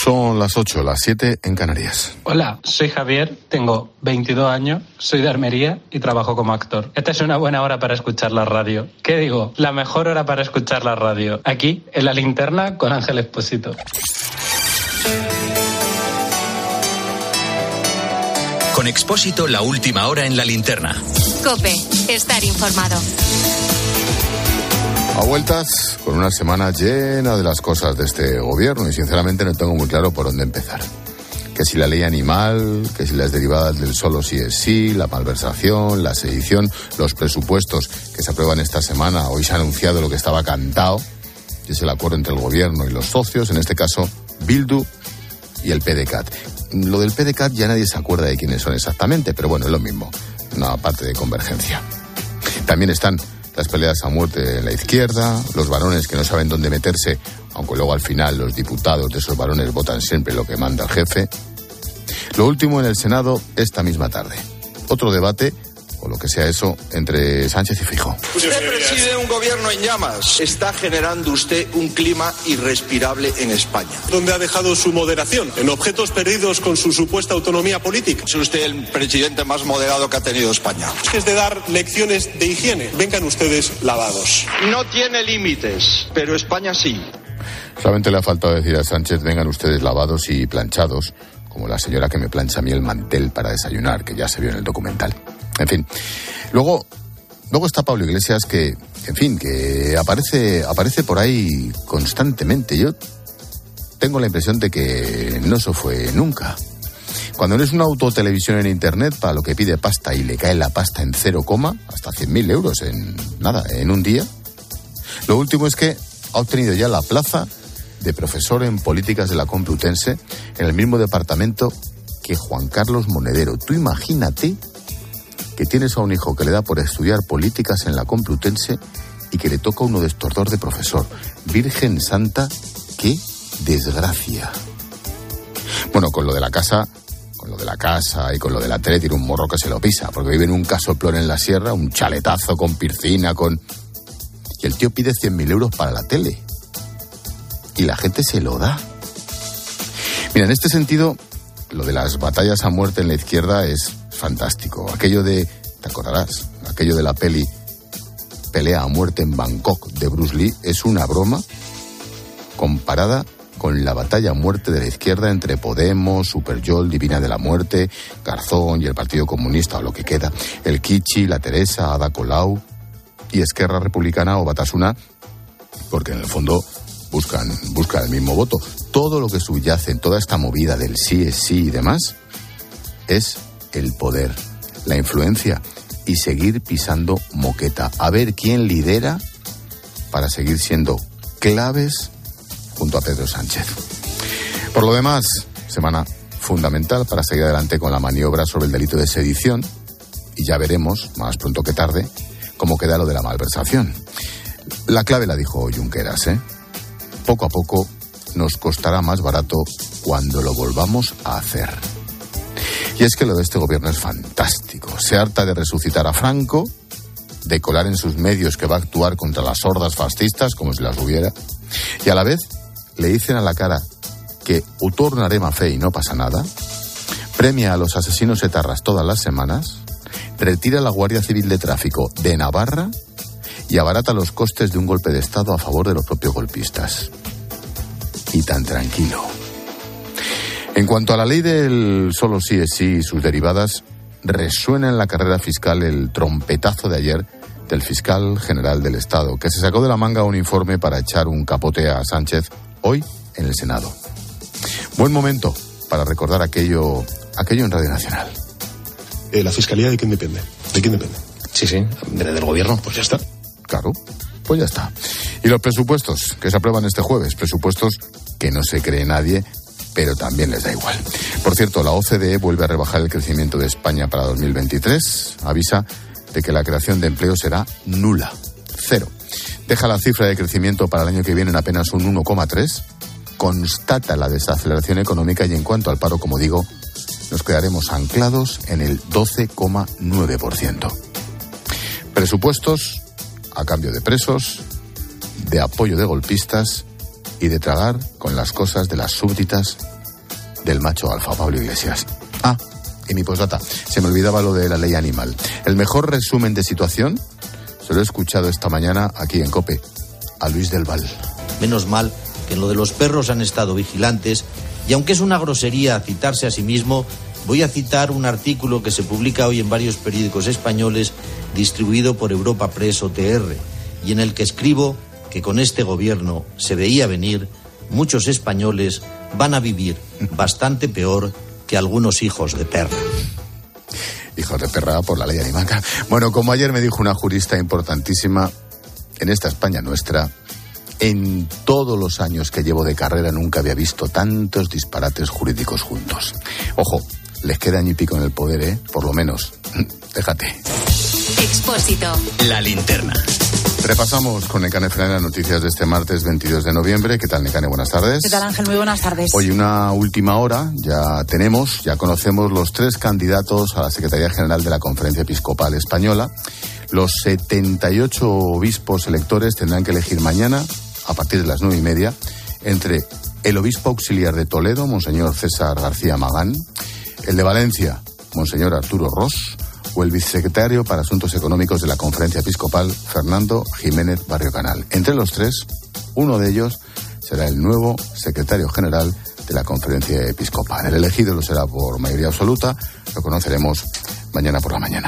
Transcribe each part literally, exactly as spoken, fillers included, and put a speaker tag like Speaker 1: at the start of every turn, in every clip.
Speaker 1: Son las ocho, las siete en Canarias.
Speaker 2: Hola, soy Javier, tengo veintidós años, soy de Almería y trabajo como actor. Esta es una buena hora para escuchar la radio. ¿Qué digo? La mejor hora para escuchar la radio. Aquí, en La Linterna, con Ángel Expósito.
Speaker 3: Con Expósito, la última hora en La Linterna.
Speaker 4: COPE, estar informado.
Speaker 1: A vueltas, con una semana llena de las cosas de este gobierno y sinceramente no tengo muy claro por dónde empezar. Que si la ley animal, que si las derivadas del solo sí es sí, la malversación, la sedición, los presupuestos que se aprueban esta semana. Hoy se ha anunciado lo que estaba cantado, que es el acuerdo entre el gobierno y los socios, en este caso Bildu y el P D C A T. Lo del P D C A T ya nadie se acuerda de quiénes son exactamente, pero bueno, es lo mismo, una parte de convergencia. También están las peleas a muerte en la izquierda, los varones que no saben dónde meterse, aunque luego al final los diputados de esos varones votan siempre lo que manda el jefe. Lo último en el Senado esta misma tarde. Otro debate, o lo que sea eso, entre Sánchez y Feijóo.
Speaker 5: Usted preside un gobierno en llamas. Está generando usted un clima irrespirable en España.
Speaker 6: ¿Dónde ha dejado su moderación? ¿En objetos perdidos con su supuesta autonomía política?
Speaker 5: Es usted el presidente más moderado que ha tenido España.
Speaker 6: Es de dar lecciones de higiene. Vengan ustedes lavados.
Speaker 5: No tiene límites, pero España sí.
Speaker 1: Solamente le ha faltado decir a Sánchez, vengan ustedes lavados y planchados, como la señora que me plancha a mí el mantel para desayunar, que ya se vio en el documental. En fin, luego, luego está Pablo Iglesias que, en fin, que aparece, aparece por ahí constantemente. Yo tengo la impresión de que no se fue nunca. Cuando no es una autotelevisión en internet para lo que pide pasta y le cae la pasta en cero coma, hasta cien mil euros en nada, en un día. Lo último es que ha obtenido ya la plaza de profesor en políticas de la Complutense en el mismo departamento que Juan Carlos Monedero. Tú imagínate que tienes a un hijo que le da por estudiar políticas en la Complutense y que le toca uno de estos dos de profesor. Virgen Santa, qué desgracia. Bueno, con lo de la casa, con lo de la casa y con lo de la tele tiene un morro que se lo pisa, porque vive en un casoplón en la sierra, un chaletazo con piscina, con... Y el tío pide cien mil euros para la tele. Y la gente se lo da. Mira, en este sentido, lo de las batallas a muerte en la izquierda es fantástico. Aquello de, te acordarás, aquello de la peli Pelea a muerte en Bangkok de Bruce Lee es una broma comparada con la batalla a muerte de la izquierda entre Podemos, Superyol, Divina de la Muerte, Garzón y el Partido Comunista o lo que queda, el Kichi, la Teresa, Ada Colau y Esquerra Republicana o Batasuna, porque en el fondo buscan, buscan el mismo voto. Todo lo que subyace en toda esta movida del sí es sí y demás es el poder, la influencia y seguir pisando moqueta. A ver quién lidera para seguir siendo claves junto a Pedro Sánchez. Por lo demás, semana fundamental para seguir adelante con la maniobra sobre el delito de sedición y ya veremos, más pronto que tarde, cómo queda lo de la malversación. La clave la dijo Junqueras, ¿eh? Poco a poco nos costará más barato cuando lo volvamos a hacer. Y es que lo de este gobierno es fantástico. Se harta de resucitar a Franco, de colar en sus medios que va a actuar contra las hordas fascistas, como si las hubiera, y a la vez le dicen a la cara que ho tornarem a fer y no pasa nada, premia a los asesinos etarras todas las semanas, retira la Guardia Civil de Tráfico de Navarra y abarata los costes de un golpe de Estado a favor de los propios golpistas. Y tan tranquilo. En cuanto a la ley del solo sí es sí y sus derivadas, resuena en la carrera fiscal el trompetazo de ayer del fiscal general del Estado, que se sacó de la manga un informe para echar un capote a Sánchez hoy en el Senado. Buen momento para recordar aquello, aquello en Radio Nacional.
Speaker 6: Eh, ¿La fiscalía de quién depende? ¿De quién depende?
Speaker 7: Sí, sí, del gobierno.
Speaker 6: Pues ya está.
Speaker 1: Claro, pues ya está. Y los presupuestos que se aprueban este jueves, presupuestos que no se cree nadie, pero también les da igual. Por cierto, la O C D E vuelve a rebajar el crecimiento de España para dos mil veintitrés. Avisa de que la creación de empleo será nula, cero. Deja la cifra de crecimiento para el año que viene en apenas un uno coma tres. Constata la desaceleración económica y en cuanto al paro, como digo, nos quedaremos anclados en el doce coma nueve por ciento. Presupuestos a cambio de presos, de apoyo de golpistas y de tragar con las cosas de las súbditas del macho alfa, Pablo Iglesias. Ah, y mi postdata, se me olvidaba lo de la ley animal. El mejor resumen de situación se lo he escuchado esta mañana aquí en COPE, a Luis del Val.
Speaker 8: Menos mal que en lo de los perros han estado vigilantes, y aunque es una grosería citarse a sí mismo, voy a citar un artículo que se publica hoy en varios periódicos españoles distribuido por Europa Press O T R, y en el que escribo que con este gobierno se veía venir, muchos españoles van a vivir bastante peor que algunos hijos de perra.
Speaker 1: Hijos de perra por la ley animal. Bueno, como ayer me dijo una jurista importantísima, en esta España nuestra, en todos los años que llevo de carrera nunca había visto tantos disparates jurídicos juntos. Ojo, les queda año y pico en el poder, ¿eh? Por lo menos. Déjate.
Speaker 4: Expósito.
Speaker 3: La linterna.
Speaker 1: Repasamos con Nekane Fernández las noticias de este martes veintidós de noviembre. ¿Qué tal, Nekane? Buenas tardes.
Speaker 9: ¿Qué tal, Ángel? Muy buenas tardes.
Speaker 1: Hoy una última hora, ya tenemos, ya conocemos los tres candidatos a la Secretaría General de la Conferencia Episcopal Española. Los setenta y ocho obispos electores tendrán que elegir mañana, a partir de las nueve y media, entre el obispo auxiliar de Toledo, Monseñor César García Magán, el de Valencia, Monseñor Arturo Ros, o el vicesecretario para Asuntos Económicos de la Conferencia Episcopal, Fernando Jiménez Barrio Canal. Entre los tres, uno de ellos será el nuevo secretario general de la Conferencia Episcopal. El elegido lo será por mayoría absoluta, lo conoceremos mañana por la mañana.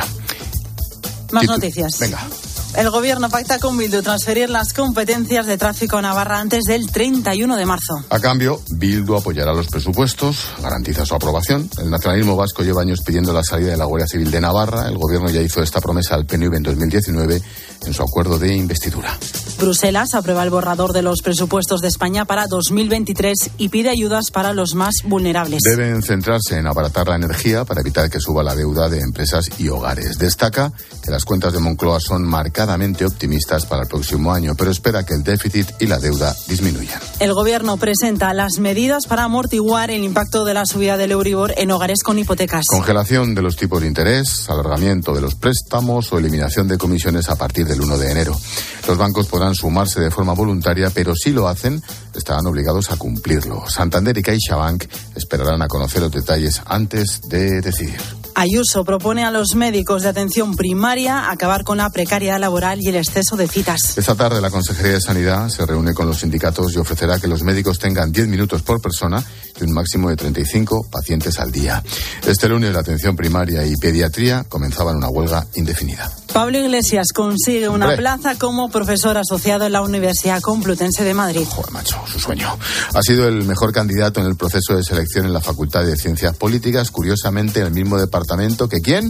Speaker 9: Más
Speaker 1: Titu-
Speaker 9: noticias.
Speaker 1: Venga.
Speaker 9: El gobierno pacta con Bildu transferir las competencias de tráfico a Navarra antes del treinta y uno de marzo.
Speaker 1: A cambio, Bildu apoyará los presupuestos, garantiza su aprobación. El nacionalismo vasco lleva años pidiendo la salida de la Guardia Civil de Navarra. El gobierno ya hizo esta promesa al P N V en dos mil diecinueve en su acuerdo de investidura.
Speaker 9: Bruselas aprueba el borrador de los presupuestos de España para dos mil veintitrés y pide ayudas para los más vulnerables.
Speaker 1: Deben centrarse en abaratar la energía para evitar que suba la deuda de empresas y hogares. Destaca que las cuentas de Moncloa son marcadas optimistas para el próximo año, pero espera que el déficit y la deuda disminuyan.
Speaker 9: El gobierno presenta las medidas para amortiguar el impacto de la subida del Euribor en hogares con hipotecas.
Speaker 1: Congelación de los tipos de interés, alargamiento de los préstamos o eliminación de comisiones a partir del uno de enero. Los bancos podrán sumarse de forma voluntaria, pero si lo hacen, estarán obligados a cumplirlo. Santander y CaixaBank esperarán a conocer los detalles antes de decidir.
Speaker 9: Ayuso propone a los médicos de atención primaria acabar con la precariedad laboral y el exceso de citas.
Speaker 1: Esta tarde la Consejería de Sanidad se reúne con los sindicatos y ofrecerá que los médicos tengan diez minutos por persona y un máximo de treinta y cinco pacientes al día. Este lunes la atención primaria y pediatría comenzaban una huelga indefinida.
Speaker 9: Pablo Iglesias consigue una
Speaker 1: Hombre.
Speaker 9: plaza como profesor asociado en la Universidad Complutense de Madrid.
Speaker 1: Joder, macho, su sueño. Ha sido el mejor candidato en el proceso de selección en la Facultad de Ciencias Políticas, curiosamente en el mismo departamento que ¿quién?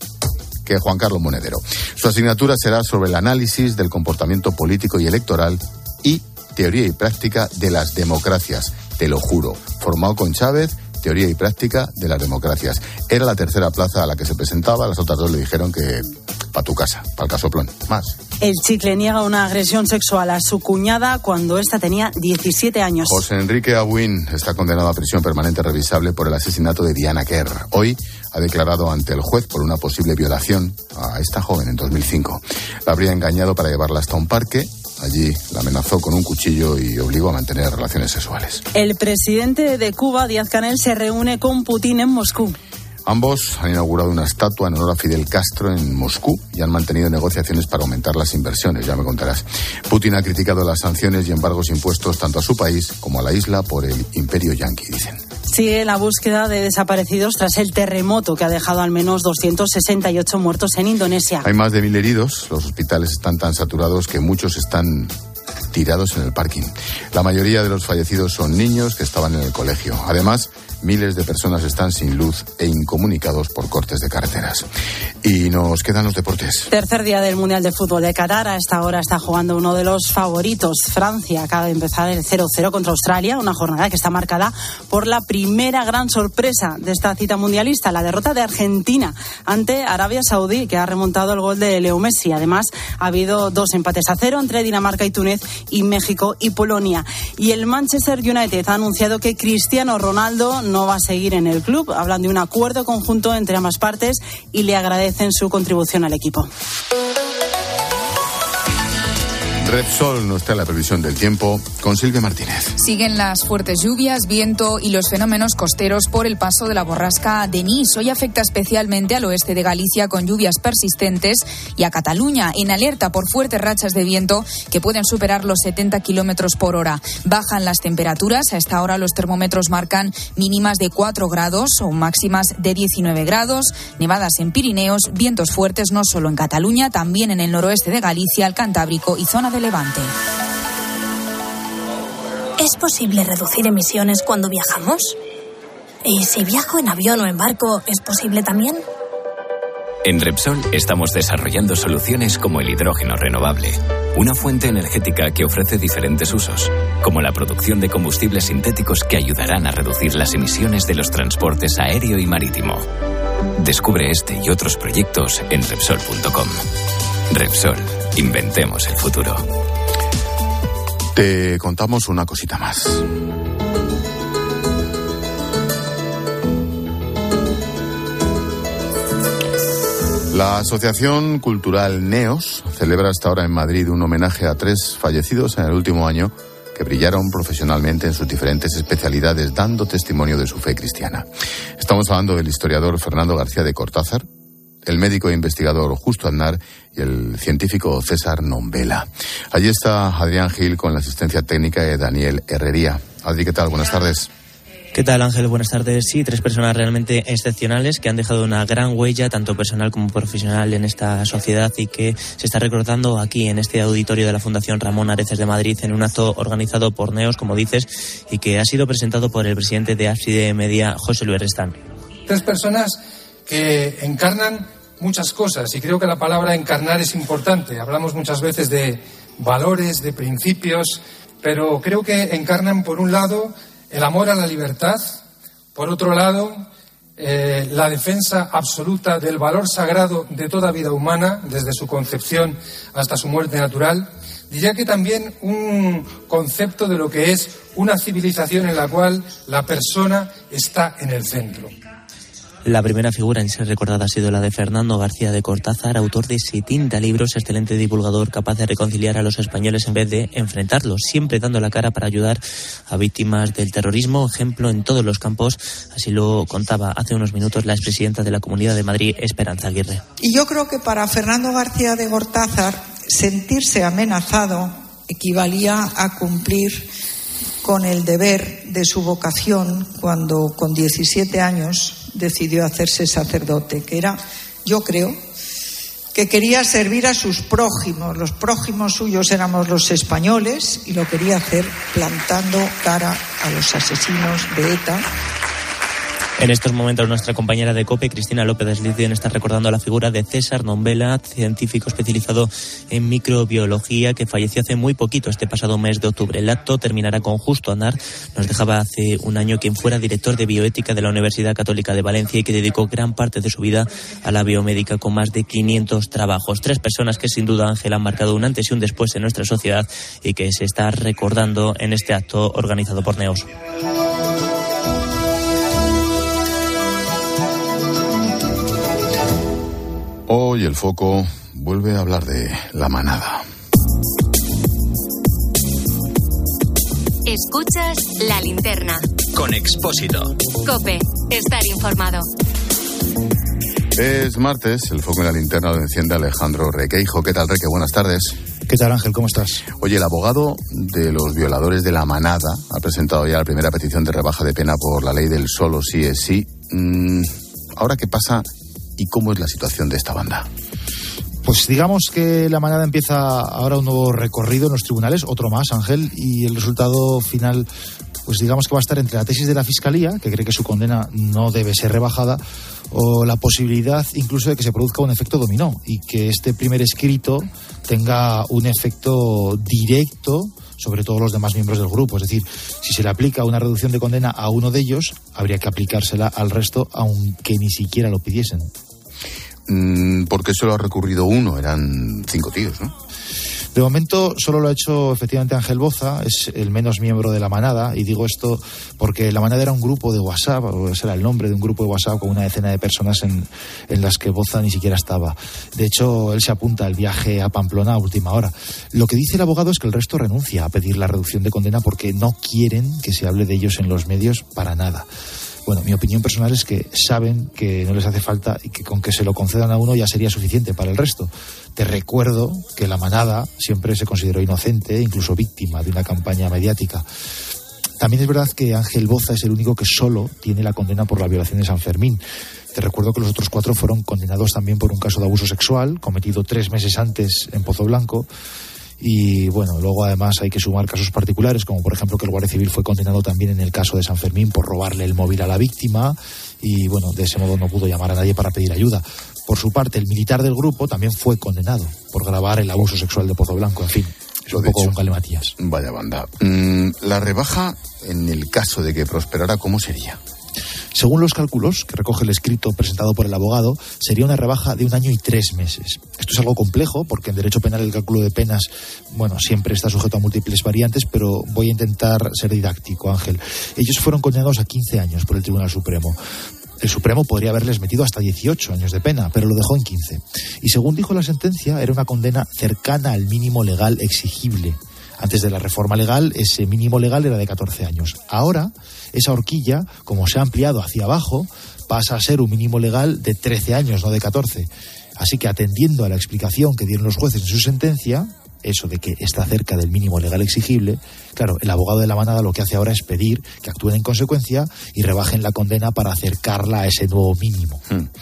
Speaker 1: Que Juan Carlos Monedero. Su asignatura será sobre el análisis del comportamiento político y electoral y teoría y práctica de las democracias, te lo juro. Formado con Chávez, teoría y práctica de las democracias. Era la tercera plaza a la que se presentaba, las otras dos le dijeron que para tu casa, para el casoplón, más.
Speaker 9: El Chicle niega una agresión sexual a su cuñada cuando ésta tenía diecisiete años.
Speaker 1: José Enrique Abuin está condenado a prisión permanente revisable por el asesinato de Diana Kerr. Hoy ha declarado ante el juez por una posible violación a esta joven en dos mil cinco. La habría engañado para llevarla hasta un parque. Allí la amenazó con un cuchillo y obligó a mantener relaciones sexuales.
Speaker 9: El presidente de Cuba, Díaz-Canel, se reúne con Putin en Moscú.
Speaker 1: Ambos han inaugurado una estatua en honor a Fidel Castro en Moscú y han mantenido negociaciones para aumentar las inversiones, ya me contarás. Putin ha criticado las sanciones y embargos impuestos tanto a su país como a la isla por el imperio yanqui, dicen.
Speaker 9: Sigue la búsqueda de desaparecidos tras el terremoto que ha dejado al menos doscientos sesenta y ocho muertos en Indonesia.
Speaker 1: Hay más de mil heridos, los hospitales están tan saturados que muchos están tirados en el parking. La mayoría de los fallecidos son niños que estaban en el colegio. Además, miles de personas están sin luz e incomunicados por cortes de carreteras. Y nos quedan los deportes.
Speaker 9: Tercer día del Mundial de Fútbol de Qatar. A esta hora está jugando uno de los favoritos. Francia acaba de empezar el cero cero contra Australia, una jornada que está marcada por la primera gran sorpresa de esta cita mundialista, la derrota de Argentina ante Arabia Saudí, que ha remontado el gol de Leo Messi. Además, ha habido dos empates a cero entre Dinamarca y Túnez y México y Polonia. Y el Manchester United ha anunciado que Cristiano Ronaldo no va a seguir en el club. Hablan de un acuerdo conjunto entre ambas partes y le agradecen su contribución al equipo.
Speaker 1: Repsol nos trae la previsión del tiempo con Silvia Martínez.
Speaker 10: Siguen las fuertes lluvias, viento y los fenómenos costeros por el paso de la borrasca Denise. Hoy afecta especialmente al oeste de Galicia con lluvias persistentes y a Cataluña en alerta por fuertes rachas de viento que pueden superar los setenta kilómetros por hora. Bajan las temperaturas. A esta hora los termómetros marcan mínimas de cuatro grados o máximas de diecinueve grados. Nevadas en Pirineos, vientos fuertes no solo en Cataluña, también en el noroeste de Galicia, el Cantábrico y zona de Levante.
Speaker 11: ¿Es posible reducir emisiones cuando viajamos? ¿Y si viajo en avión o en barco, es posible también?
Speaker 12: En Repsol estamos desarrollando soluciones como el hidrógeno renovable, una fuente energética que ofrece diferentes usos, como la producción de combustibles sintéticos que ayudarán a reducir las emisiones de los transportes aéreo y marítimo. Descubre este y otros proyectos en Repsol punto com. Repsol, inventemos el futuro.
Speaker 1: Te contamos una cosita más. La Asociación Cultural Neos celebra hasta ahora en Madrid un homenaje a tres fallecidos en el último año que brillaron profesionalmente en sus diferentes especialidades, dando testimonio de su fe cristiana. Estamos hablando del historiador Fernando García de Cortázar, el médico e investigador Justo Aznar y el científico César Nombela. Allí está Adrián Gil con la asistencia técnica de Daniel Herrería. Adri, ¿qué tal? Buenas tardes.
Speaker 13: ¿Qué tal, Ángel? Buenas tardes. Sí, tres personas realmente excepcionales que han dejado una gran huella, tanto personal como profesional, en esta sociedad y que se está recordando aquí en este auditorio de la Fundación Ramón Areces de Madrid en un acto organizado por Neos, como dices, y que ha sido presentado por el presidente de Ábside Media, José Luis Restán.
Speaker 14: Tres personas que encarnan muchas cosas y creo que la palabra encarnar es importante. Hablamos muchas veces de valores, de principios, pero creo que encarnan, por un lado, el amor a la libertad, por otro lado, eh, la defensa absoluta del valor sagrado de toda vida humana, desde su concepción hasta su muerte natural. Diría que también un concepto de lo que es una civilización en la cual la persona está en el centro.
Speaker 13: La primera figura en ser recordada ha sido la de Fernando García de Cortázar, autor de setenta libros, excelente divulgador, capaz de reconciliar a los españoles en vez de enfrentarlos, siempre dando la cara para ayudar a víctimas del terrorismo, ejemplo en todos los campos. Así lo contaba hace unos minutos la expresidenta de la Comunidad de Madrid, Esperanza Aguirre.
Speaker 15: Y yo creo que para Fernando García de Cortázar, sentirse amenazado equivalía a cumplir con el deber de su vocación cuando con diecisiete años decidió hacerse sacerdote, que era, yo creo, que quería servir a sus prójimos. Los prójimos suyos éramos los españoles y lo quería hacer plantando cara a los asesinos de ETA.
Speaker 13: En estos momentos nuestra compañera de COPE, Cristina López Deslición, está recordando la figura de César Nombela, científico especializado en microbiología, que falleció hace muy poquito, este pasado mes de octubre. El acto terminará con Justo Aznar. Nos dejaba hace un año quien fuera director de bioética de la Universidad Católica de Valencia y que dedicó gran parte de su vida a la biomédica con más de quinientos trabajos. Tres personas que sin duda, Ángel, han marcado un antes y un después en nuestra sociedad y que se está recordando en este acto organizado por Neos.
Speaker 1: Hoy el foco vuelve a hablar de la manada.
Speaker 4: Escuchas La Linterna.
Speaker 3: Con Expósito.
Speaker 4: COPE. Estar informado.
Speaker 1: Es martes, el foco en la linterna lo enciende Alejandro Requeijo. ¿Qué tal, Reque? Buenas tardes.
Speaker 16: ¿Qué tal, Ángel? ¿Cómo estás?
Speaker 1: Oye, el abogado de los violadores de la manada ha presentado ya la primera petición de rebaja de pena por la ley del solo sí es sí. Mm, ¿Ahora qué pasa y cómo es la situación de esta banda?
Speaker 16: Pues digamos que la manada empieza ahora un nuevo recorrido en los tribunales, otro más, Ángel, y el resultado final, pues digamos que va a estar entre la tesis de la Fiscalía, que cree que su condena no debe ser rebajada, o la posibilidad incluso de que se produzca un efecto dominó y que este primer escrito tenga un efecto directo sobre todos los demás miembros del grupo. Es decir, si se le aplica una reducción de condena a uno de ellos, habría que aplicársela al resto, aunque ni siquiera lo pidiesen.
Speaker 1: Mm, ¿Por qué solo ha recurrido uno? Eran cinco tíos, ¿no?
Speaker 16: De momento solo lo ha hecho efectivamente Ángel Boza, es el menos miembro de la manada, y digo esto porque la manada era un grupo de WhatsApp, o ese era el nombre de un grupo de WhatsApp con una decena de personas en, en las que Boza ni siquiera estaba. De hecho, él se apunta al viaje a Pamplona a última hora. Lo que dice el abogado es que el resto renuncia a pedir la reducción de condena porque no quieren que se hable de ellos en los medios para nada. Bueno, mi opinión personal es que saben que no les hace falta y que con que se lo concedan a uno ya sería suficiente para el resto. Te recuerdo que la manada siempre se consideró inocente, incluso víctima de una campaña mediática. También es verdad que Ángel Boza es el único que solo tiene la condena por la violación de San Fermín. Te recuerdo que los otros cuatro fueron condenados también por un caso de abuso sexual cometido tres meses antes en Pozoblanco. Y bueno, luego además hay que sumar casos particulares, como por ejemplo que el Guardia Civil fue condenado también en el caso de San Fermín por robarle el móvil a la víctima y bueno, de ese modo no pudo llamar a nadie para pedir ayuda. Por su parte, el militar del grupo también fue condenado por grabar el abuso sexual de Pozoblanco, en fin. Es un poco un galimatías.
Speaker 1: Vaya banda. Mm, la rebaja, en el caso de que prosperara, ¿cómo sería?
Speaker 16: Según los cálculos que recoge el escrito presentado por el abogado, sería una rebaja de un año y tres meses. Esto es algo complejo porque en derecho penal el cálculo de penas, bueno, siempre está sujeto a múltiples variantes, pero voy a intentar ser didáctico, Ángel. Ellos fueron condenados a quince años por el Tribunal Supremo. El Supremo podría haberles metido hasta dieciocho años de pena, pero lo dejó en quince. Y según dijo la sentencia, era una condena cercana al mínimo legal exigible. Antes de la reforma legal, ese mínimo legal era de catorce años. Ahora, esa horquilla, como se ha ampliado hacia abajo, pasa a ser un mínimo legal de trece años, no de catorce. Así que, atendiendo a la explicación que dieron los jueces en su sentencia, eso de que está cerca del mínimo legal exigible, claro, el abogado de la manada lo que hace ahora es pedir que actúen en consecuencia y rebajen la condena para acercarla a ese nuevo mínimo.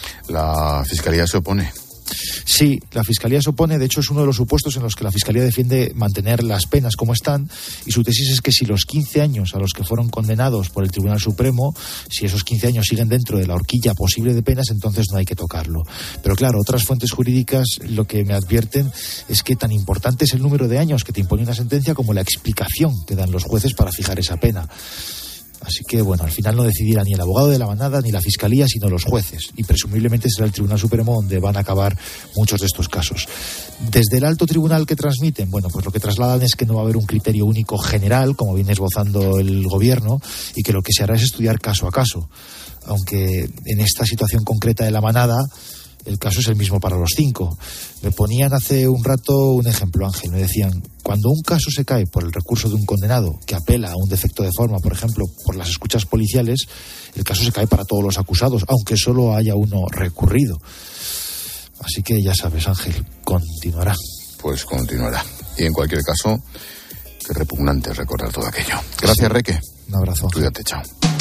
Speaker 1: ¿La Fiscalía se opone?
Speaker 16: Sí, la Fiscalía se opone, de hecho es uno de los supuestos en los que la Fiscalía defiende mantener las penas como están, y su tesis es que si los quince años a los que fueron condenados por el Tribunal Supremo, si esos quince años siguen dentro de la horquilla posible de penas, entonces no hay que tocarlo. Pero claro, otras fuentes jurídicas lo que me advierten es que tan importante es el número de años que te impone una sentencia como la explicación que dan los jueces para fijar esa pena. Así que, bueno, al final no decidirá ni el abogado de la manada ni la Fiscalía, sino los jueces. Y presumiblemente será el Tribunal Supremo donde van a acabar muchos de estos casos. Desde el alto tribunal que transmiten, bueno, pues lo que trasladan es que no va a haber un criterio único general, como viene esbozando el gobierno, y que lo que se hará es estudiar caso a caso. Aunque en esta situación concreta de la manada, el caso es el mismo para los cinco. Me ponían hace un rato un ejemplo, Ángel. Me decían, cuando un caso se cae por el recurso de un condenado que apela a un defecto de forma, por ejemplo, por las escuchas policiales, el caso se cae para todos los acusados, aunque solo haya uno recurrido. Así que ya sabes, Ángel, continuará.
Speaker 1: Pues continuará. Y en cualquier caso, qué repugnante recordar todo aquello. Gracias, sí. Reque.
Speaker 16: Un abrazo.
Speaker 1: Cuídate, chao.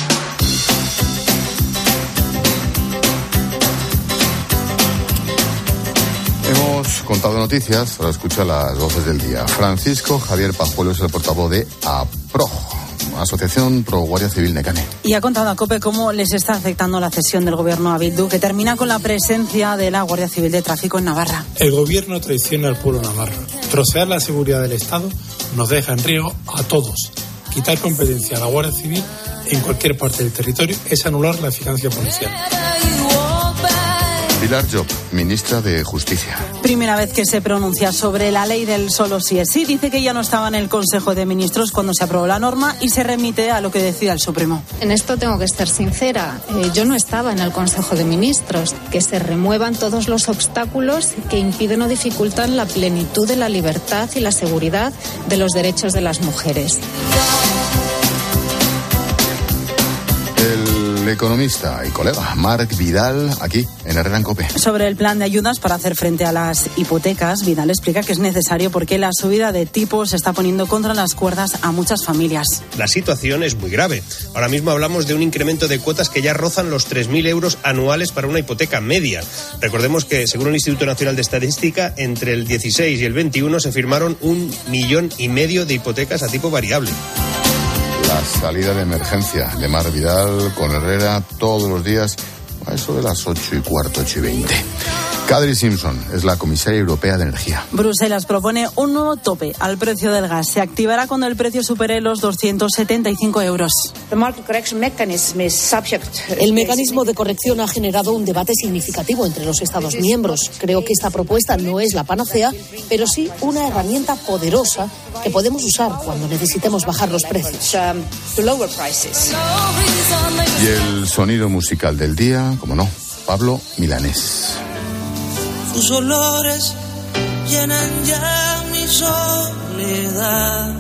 Speaker 1: Hemos contado noticias, ahora escucha las voces del día. Francisco Javier Pajuelo es el portavoz de APROG, Asociación Pro Guardia Civil Necane.
Speaker 9: Y ha contado a COPE cómo les está afectando la cesión del gobierno a Bildu, que termina con la presencia de la Guardia Civil de Tráfico en Navarra.
Speaker 17: El gobierno traiciona al pueblo navarro. Trocear la seguridad del Estado nos deja en riesgo a todos. Quitar competencia a la Guardia Civil en cualquier parte del territorio es anular la eficacia policial.
Speaker 1: Pilar Job, ministra de Justicia.
Speaker 9: Primera vez que se pronuncia sobre la ley del solo sí es sí. Dice que ya no estaba en el Consejo de Ministros cuando se aprobó la norma y se remite a lo que decida el Supremo.
Speaker 18: En esto tengo que estar sincera. Eh, yo no estaba en el Consejo de Ministros. Que se remuevan todos los obstáculos que impiden o dificultan la plenitud de la libertad y la seguridad de los derechos de las mujeres.
Speaker 1: El economista y colega Marc Vidal, aquí en Herrera en COPE.
Speaker 9: Sobre el plan de ayudas para hacer frente a las hipotecas, Vidal explica que es necesario porque la subida de tipos se está poniendo contra las cuerdas a muchas familias.
Speaker 19: La situación es muy grave. Ahora mismo hablamos de un incremento de cuotas que ya rozan los tres mil euros anuales para una hipoteca media. Recordemos que, según el Instituto Nacional de Estadística, entre el dieciséis y el veintiuno se firmaron un millón y medio de hipotecas a tipo variable.
Speaker 1: La salida de emergencia de Marc Vidal con Herrera todos los días a eso de las ocho y cuarto, ocho y veinte. Kadri Simpson es la comisaria europea de energía.
Speaker 9: Bruselas propone un nuevo tope al precio del gas. Se activará cuando el precio supere los doscientos setenta y cinco euros.
Speaker 20: El mecanismo de corrección ha generado un debate significativo entre los Estados miembros. Creo que esta propuesta no es la panacea, pero sí una herramienta poderosa que podemos usar cuando necesitemos bajar los precios.
Speaker 1: Y el sonido musical del día, como no, Pablo Milanés.
Speaker 21: Tus olores llenan ya mi soledad.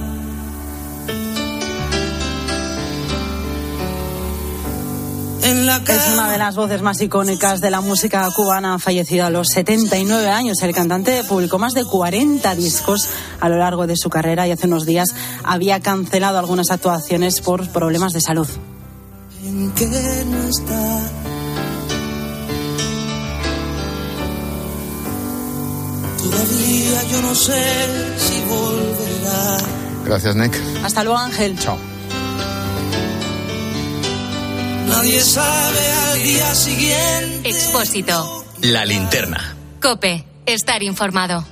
Speaker 21: En la
Speaker 9: es una de las voces más icónicas de la música cubana, fallecido a los setenta y nueve años. El cantante publicó más de cuarenta discos a lo largo de su carrera y hace unos días había cancelado algunas actuaciones por problemas de salud.
Speaker 21: En que no está. Todavía yo no sé si volverá.
Speaker 1: Gracias, Nick.
Speaker 9: Hasta luego, Ángel.
Speaker 1: Chao.
Speaker 21: Nadie sabe al día siguiente.
Speaker 4: Expósito.
Speaker 3: La linterna.
Speaker 4: COPE. Estar informado.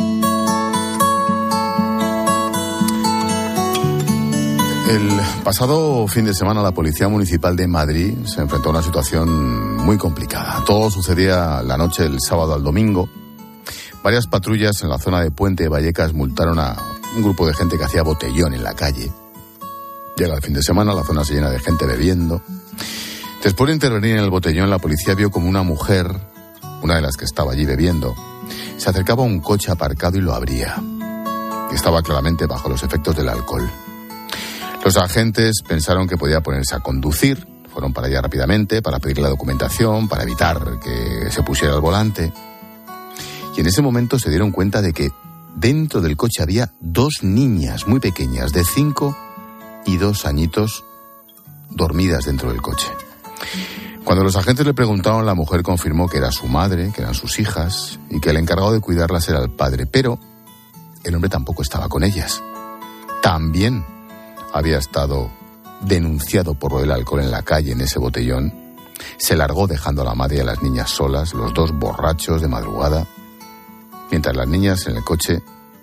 Speaker 1: El pasado fin de semana la Policía Municipal de Madrid se enfrentó a una situación muy complicada. Todo sucedía la noche del sábado al domingo. Varias patrullas en la zona de Puente de Vallecas multaron a un grupo de gente que hacía botellón en la calle. Llega el fin de semana, la zona se llena de gente bebiendo. Después de intervenir en el botellón, la policía vio como una mujer, una de las que estaba allí bebiendo, se acercaba a un coche aparcado y lo abría. Estaba claramente bajo los efectos del alcohol. Los agentes pensaron que podía ponerse a conducir, fueron para allá rápidamente para pedirle la documentación, para evitar que se pusiera al volante. Y en ese momento se dieron cuenta de que dentro del coche había dos niñas muy pequeñas, de cinco y dos añitos, dormidas dentro del coche. Cuando los agentes le preguntaron, la mujer confirmó que era su madre, que eran sus hijas, y que el encargado de cuidarlas era el padre, pero el hombre tampoco estaba con ellas. También había estado denunciado por lo del alcohol en la calle, en ese botellón. Se largó dejando a la madre y a las niñas solas, los dos borrachos de madrugada. Mientras las niñas en el coche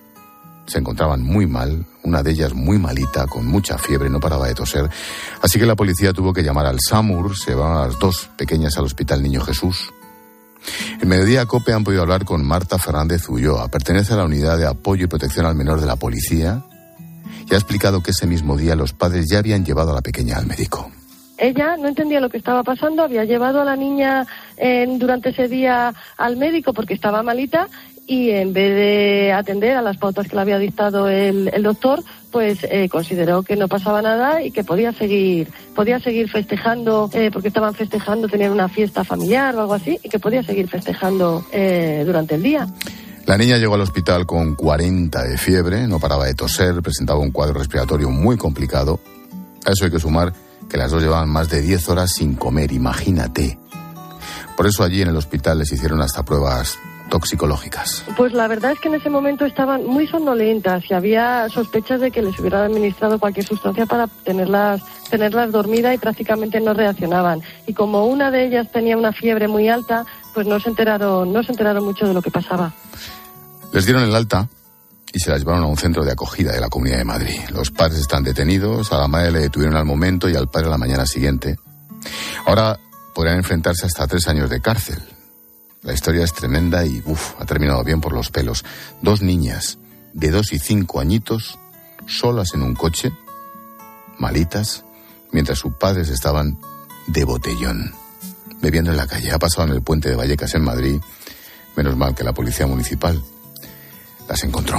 Speaker 1: se encontraban muy mal, una de ellas muy malita, con mucha fiebre, no paraba de toser. Así que la policía tuvo que llamar al SAMUR, se llevaron a las dos pequeñas al Hospital Niño Jesús. En Mediodía COPE han podido hablar con Marta Fernández Ulloa, pertenece a la Unidad de Apoyo y Protección al Menor de la Policía, y ha explicado que ese mismo día los padres ya habían llevado a la pequeña al médico.
Speaker 22: Ella no entendía lo que estaba pasando, había llevado a la niña eh, durante ese día al médico porque estaba malita, y en vez de atender a las pautas que le había dictado el, el doctor, pues eh, consideró que no pasaba nada y que podía seguir podía seguir festejando, eh, porque estaban festejando, tenían una fiesta familiar o algo así, y que podía seguir festejando eh, durante el día.
Speaker 1: La niña llegó al hospital con cuarenta de fiebre, no paraba de toser, presentaba un cuadro respiratorio muy complicado. A eso hay que sumar que las dos llevaban más de diez horas sin comer, imagínate. Por eso allí en el hospital les hicieron hasta pruebas toxicológicas.
Speaker 22: Pues la verdad es que en ese momento estaban muy somnolentas y había sospechas de que les hubieran administrado cualquier sustancia para tenerlas, tenerlas dormidas, y prácticamente no reaccionaban. Y como una de ellas tenía una fiebre muy alta, pues no se enteraron, no se enteraron mucho de lo que pasaba.
Speaker 1: Les dieron el alta y se las llevaron a un centro de acogida de la Comunidad de Madrid. Los padres están detenidos, a la madre le detuvieron al momento y al padre a la mañana siguiente. Ahora podrían enfrentarse hasta tres años de cárcel. La historia es tremenda y, uff, ha terminado bien por los pelos. Dos niñas de dos y cinco añitos, solas en un coche, malitas, mientras sus padres estaban de botellón, bebiendo en la calle. Ha pasado en el Puente de Vallecas en Madrid. Menos mal que la Policía Municipal las encontró.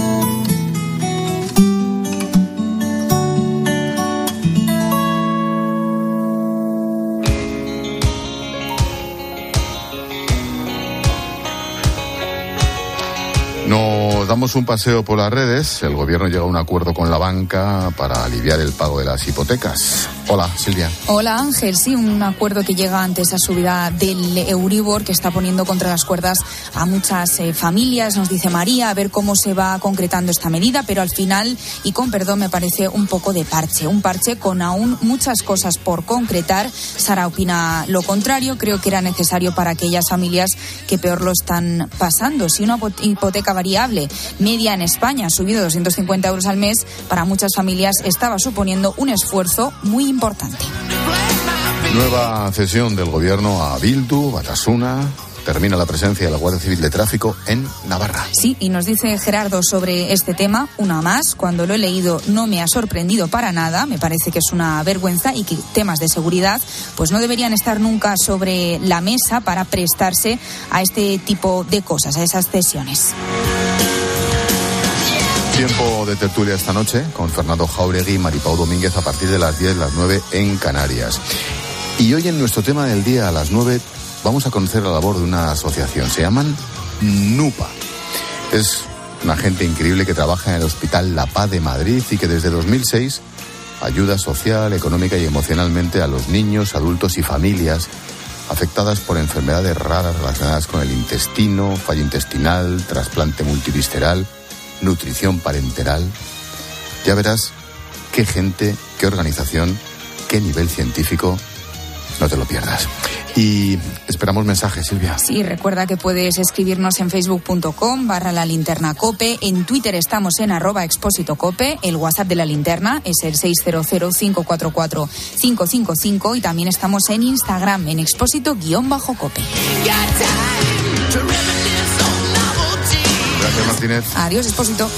Speaker 1: Nos damos un paseo por las redes. El gobierno llega a un acuerdo con la banca para aliviar el pago de las hipotecas. Hola, Silvia.
Speaker 10: Hola, Ángel. Sí, un acuerdo que llega ante esa subida del Euribor que está poniendo contra las cuerdas a muchas eh, familias, nos dice María, a ver cómo se va concretando esta medida, pero al final, y con perdón, me parece un poco de parche, un parche con aún muchas cosas por concretar. Sara opina lo contrario, creo que era necesario para aquellas familias que peor lo están pasando. Si una hipoteca variable media en España ha subido doscientos cincuenta euros al mes, para muchas familias estaba suponiendo un esfuerzo muy importante. importante.
Speaker 1: Nueva cesión del gobierno a Bildu, Batasuna. Termina la presencia de la Guardia Civil de Tráfico en Navarra.
Speaker 10: Sí, y nos dice Gerardo sobre este tema, una más. Cuando lo he leído no me ha sorprendido para nada. Me parece que es una vergüenza y que temas de seguridad pues no deberían estar nunca sobre la mesa para prestarse a este tipo de cosas, a esas cesiones.
Speaker 1: Tiempo de tertulia esta noche con Fernando Jauregui y Maripau Domínguez a partir de las diez, las nueve en Canarias. Y hoy en nuestro tema del día a las nueve vamos a conocer la labor de una asociación. Se llaman NUPA. Es una gente increíble que trabaja en el Hospital La Paz de Madrid y que desde dos mil seis ayuda social, económica y emocionalmente a los niños, adultos y familias afectadas por enfermedades raras relacionadas con el intestino, fallo intestinal, trasplante multivisceral, nutrición parenteral. Ya verás qué gente, qué organización, qué nivel científico. No te lo pierdas. Y esperamos mensajes, Silvia.
Speaker 10: Sí, recuerda que puedes escribirnos en facebook punto com barra la linterna cope. En Twitter estamos en arroba expósito cope. El WhatsApp de la linterna es el seis cero cero, cinco cuatro cuatro, cinco cinco cinco. Y también estamos en Instagram en expósito guión bajo cope.
Speaker 1: Gracias, Martínez.
Speaker 10: Adiós, Expósito.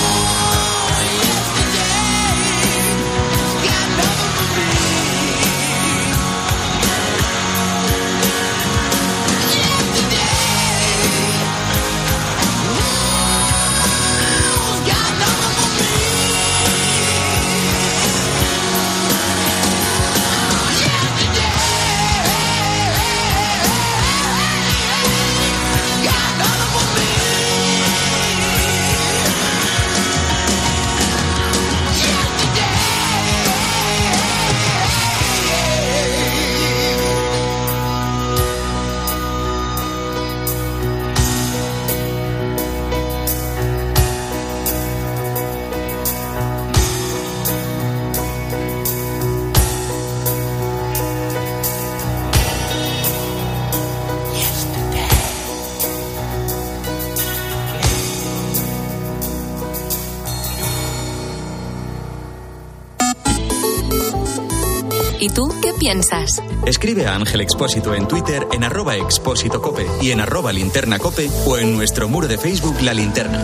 Speaker 4: ¿Y tú qué piensas?
Speaker 3: Escribe a Ángel Expósito en Twitter en arroba expósito cope y en arroba linterna cope o en nuestro muro de Facebook La Linterna.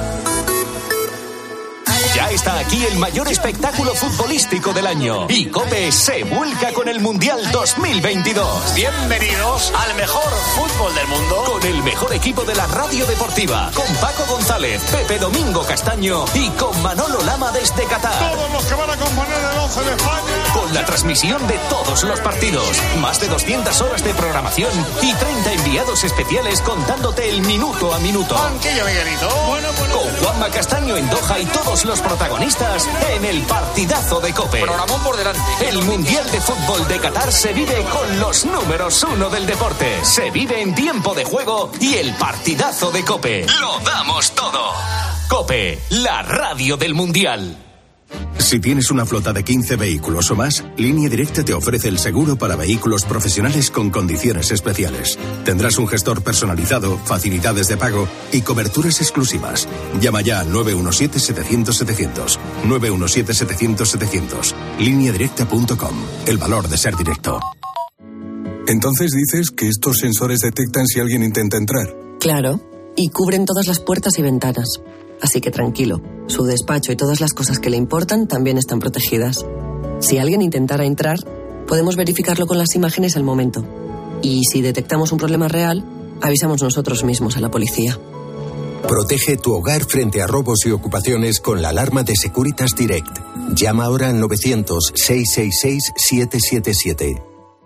Speaker 2: Ya está aquí el mayor espectáculo futbolístico del año y COPE se vuelca con el Mundial dos mil veintidós.
Speaker 5: Bienvenidos al mejor fútbol del mundo.
Speaker 2: Con el mejor equipo de la radio deportiva, con Paco González, Pepe Domingo Castaño y con Manolo Lama desde Qatar.
Speaker 23: Todos los que van a componer el once de España.
Speaker 2: Con la transmisión de todos los partidos, más de doscientas horas de programación y treinta enviados especiales contándote el minuto a minuto.
Speaker 23: Banquillo, Miguelito. Bueno, bueno.
Speaker 2: Con Juanma Castaño en Doha y todos los protagonistas en el partidazo de COPE.
Speaker 5: Programón por delante.
Speaker 2: El Mundial de Fútbol de Qatar se vive con los números uno del deporte. Se vive en tiempo de juego y el partidazo de COPE. Lo damos todo. COPE, la radio del Mundial.
Speaker 24: Si tienes una flota de quince vehículos o más, Línea Directa te ofrece el seguro para vehículos profesionales con condiciones especiales. Tendrás un gestor personalizado, facilidades de pago y coberturas exclusivas. Llama ya al nueve uno siete, setecientos, setecientos. nueve uno siete, setecientos, setecientos. línea directa punto com. El valor de ser directo.
Speaker 25: Entonces dices que estos sensores detectan si alguien intenta entrar.
Speaker 26: Claro, y cubren todas las puertas y ventanas. Así que tranquilo, su despacho y todas las cosas que le importan también están protegidas. Si alguien intentara entrar, podemos verificarlo con las imágenes al momento. Y si detectamos un problema real, avisamos nosotros mismos a la policía.
Speaker 27: Protege tu hogar frente a robos y ocupaciones con la alarma de Securitas Direct. Llama ahora al novecientos, seiscientos sesenta y seis, setecientos setenta y siete.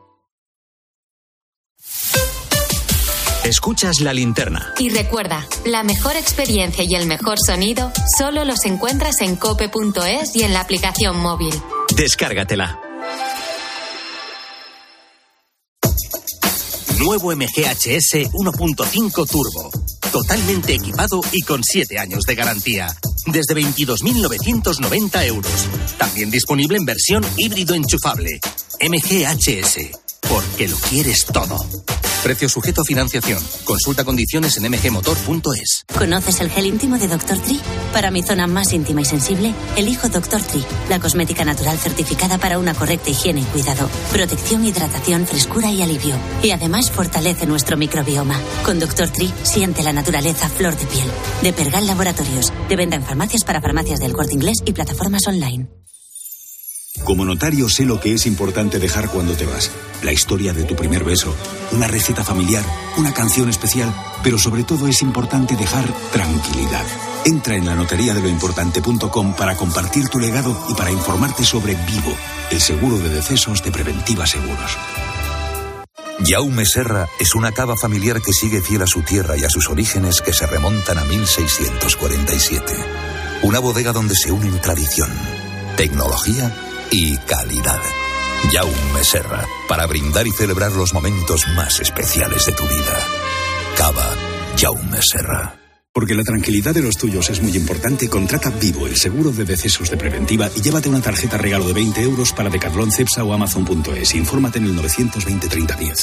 Speaker 3: Escuchas La Linterna.
Speaker 4: Y recuerda, la mejor experiencia y el mejor sonido solo los encuentras en cope punto es y en la aplicación móvil.
Speaker 3: Descárgatela.
Speaker 6: nuevo M G H S uno punto cinco Turbo. Totalmente equipado y con siete años de garantía. Desde veintidós mil novecientos noventa euros. También disponible en versión híbrido enchufable. M G H S. Porque lo quieres todo. Precio sujeto a financiación. Consulta condiciones en m g motor punto es.
Speaker 4: ¿Conoces el gel íntimo de doctor Tree? Para mi zona más íntima y sensible, elijo doctor Tree, la cosmética natural certificada para una correcta higiene y cuidado. Protección, hidratación, frescura y alivio. Y además fortalece nuestro microbioma. Con doctor Tree siente la naturaleza flor de piel. De Pergal Laboratorios. De venta en farmacias para farmacias del Corte Inglés y plataformas online.
Speaker 7: Como notario sé lo que es importante dejar cuando te vas. La historia de tu primer beso, una receta familiar, una canción especial, pero sobre todo es importante dejar tranquilidad. Entra en la notaría de lo importante punto com para compartir tu legado y para informarte sobre Vivo, el seguro de decesos de Preventiva Seguros.
Speaker 8: Jaume Serra es una cava familiar que sigue fiel a su tierra y a sus orígenes que se remontan a mil seiscientos cuarenta y siete. Una bodega donde se unen tradición, tecnología y calidad. Jaume Serra, para brindar y celebrar los momentos más especiales de tu vida. Cava Jaume Serra.
Speaker 7: Porque la tranquilidad de los tuyos es muy importante, contrata Vivo, el seguro de decesos de Preventiva, y llévate una tarjeta regalo de veinte euros para Decathlon, Cepsa o Amazon punto es. Infórmate en el novecientos veinte treinta diez.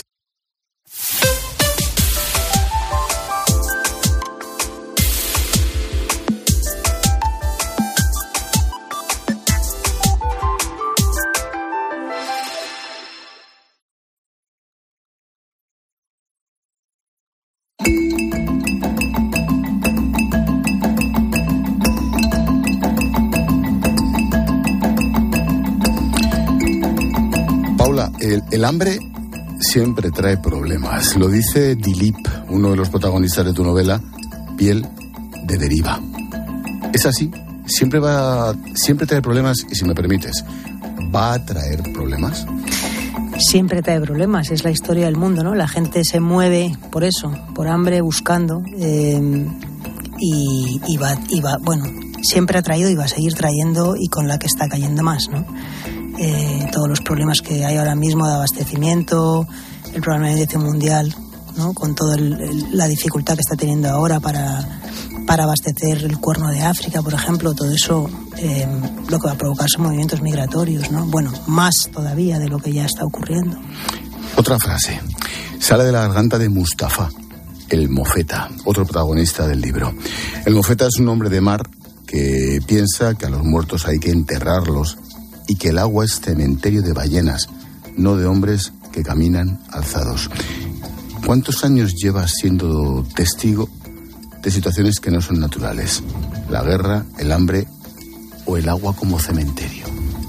Speaker 1: El, el hambre siempre trae problemas. Lo dice Dilip, uno de los protagonistas de tu novela, Piel de Deriva. Es así, siempre va, siempre trae problemas y, si me permites, ¿va a traer problemas?
Speaker 9: Siempre trae problemas, es la historia del mundo, ¿no? La gente se mueve por eso, por hambre, buscando, eh, y, y, va, y va, bueno, siempre ha traído y va a seguir trayendo, y con la que está cayendo más, ¿no? Eh, todos los problemas que hay ahora mismo de abastecimiento, el problema de alimentación mundial, ¿no? Con toda la dificultad que está teniendo ahora para, para abastecer el Cuerno de África, por ejemplo, todo eso eh, lo que va a provocar son movimientos migratorios, ¿no? Bueno, más todavía de lo que ya está ocurriendo.
Speaker 1: Otra frase sale de la garganta de Mustafa, el mofeta, otro protagonista del libro. El mofeta es un hombre de mar que piensa que a los muertos hay que enterrarlos y que el agua es cementerio de ballenas, no de hombres que caminan alzados. ¿Cuántos años llevas siendo testigo de situaciones que no son naturales? La guerra, el hambre o el agua como cementerio.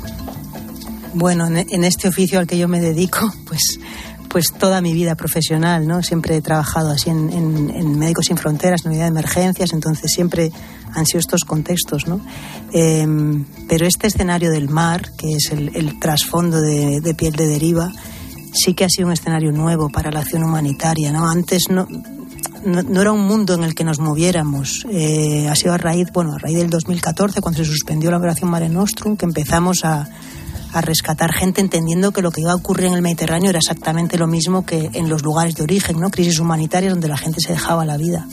Speaker 9: Bueno, en este oficio al que yo me dedico, pues, pues toda mi vida profesional, ¿no? Siempre he trabajado así en, en, en Médicos Sin Fronteras, en unidad de emergencias, entonces siempre han sido estos contextos, ¿no? Eh, pero este escenario del mar, que es el, el trasfondo de, de Piel de Deriva, sí que ha sido un escenario nuevo para la acción humanitaria, ¿no? Antes no, no, no era un mundo en el que nos moviéramos. Eh, ha sido a raíz, bueno, a raíz del dos mil catorce, cuando se suspendió la operación Mare Nostrum, que empezamos a, a rescatar gente, entendiendo que lo que iba a ocurrir en el Mediterráneo era exactamente lo mismo que en los lugares de origen, ¿no? Crisis humanitarias donde la gente se dejaba la vida.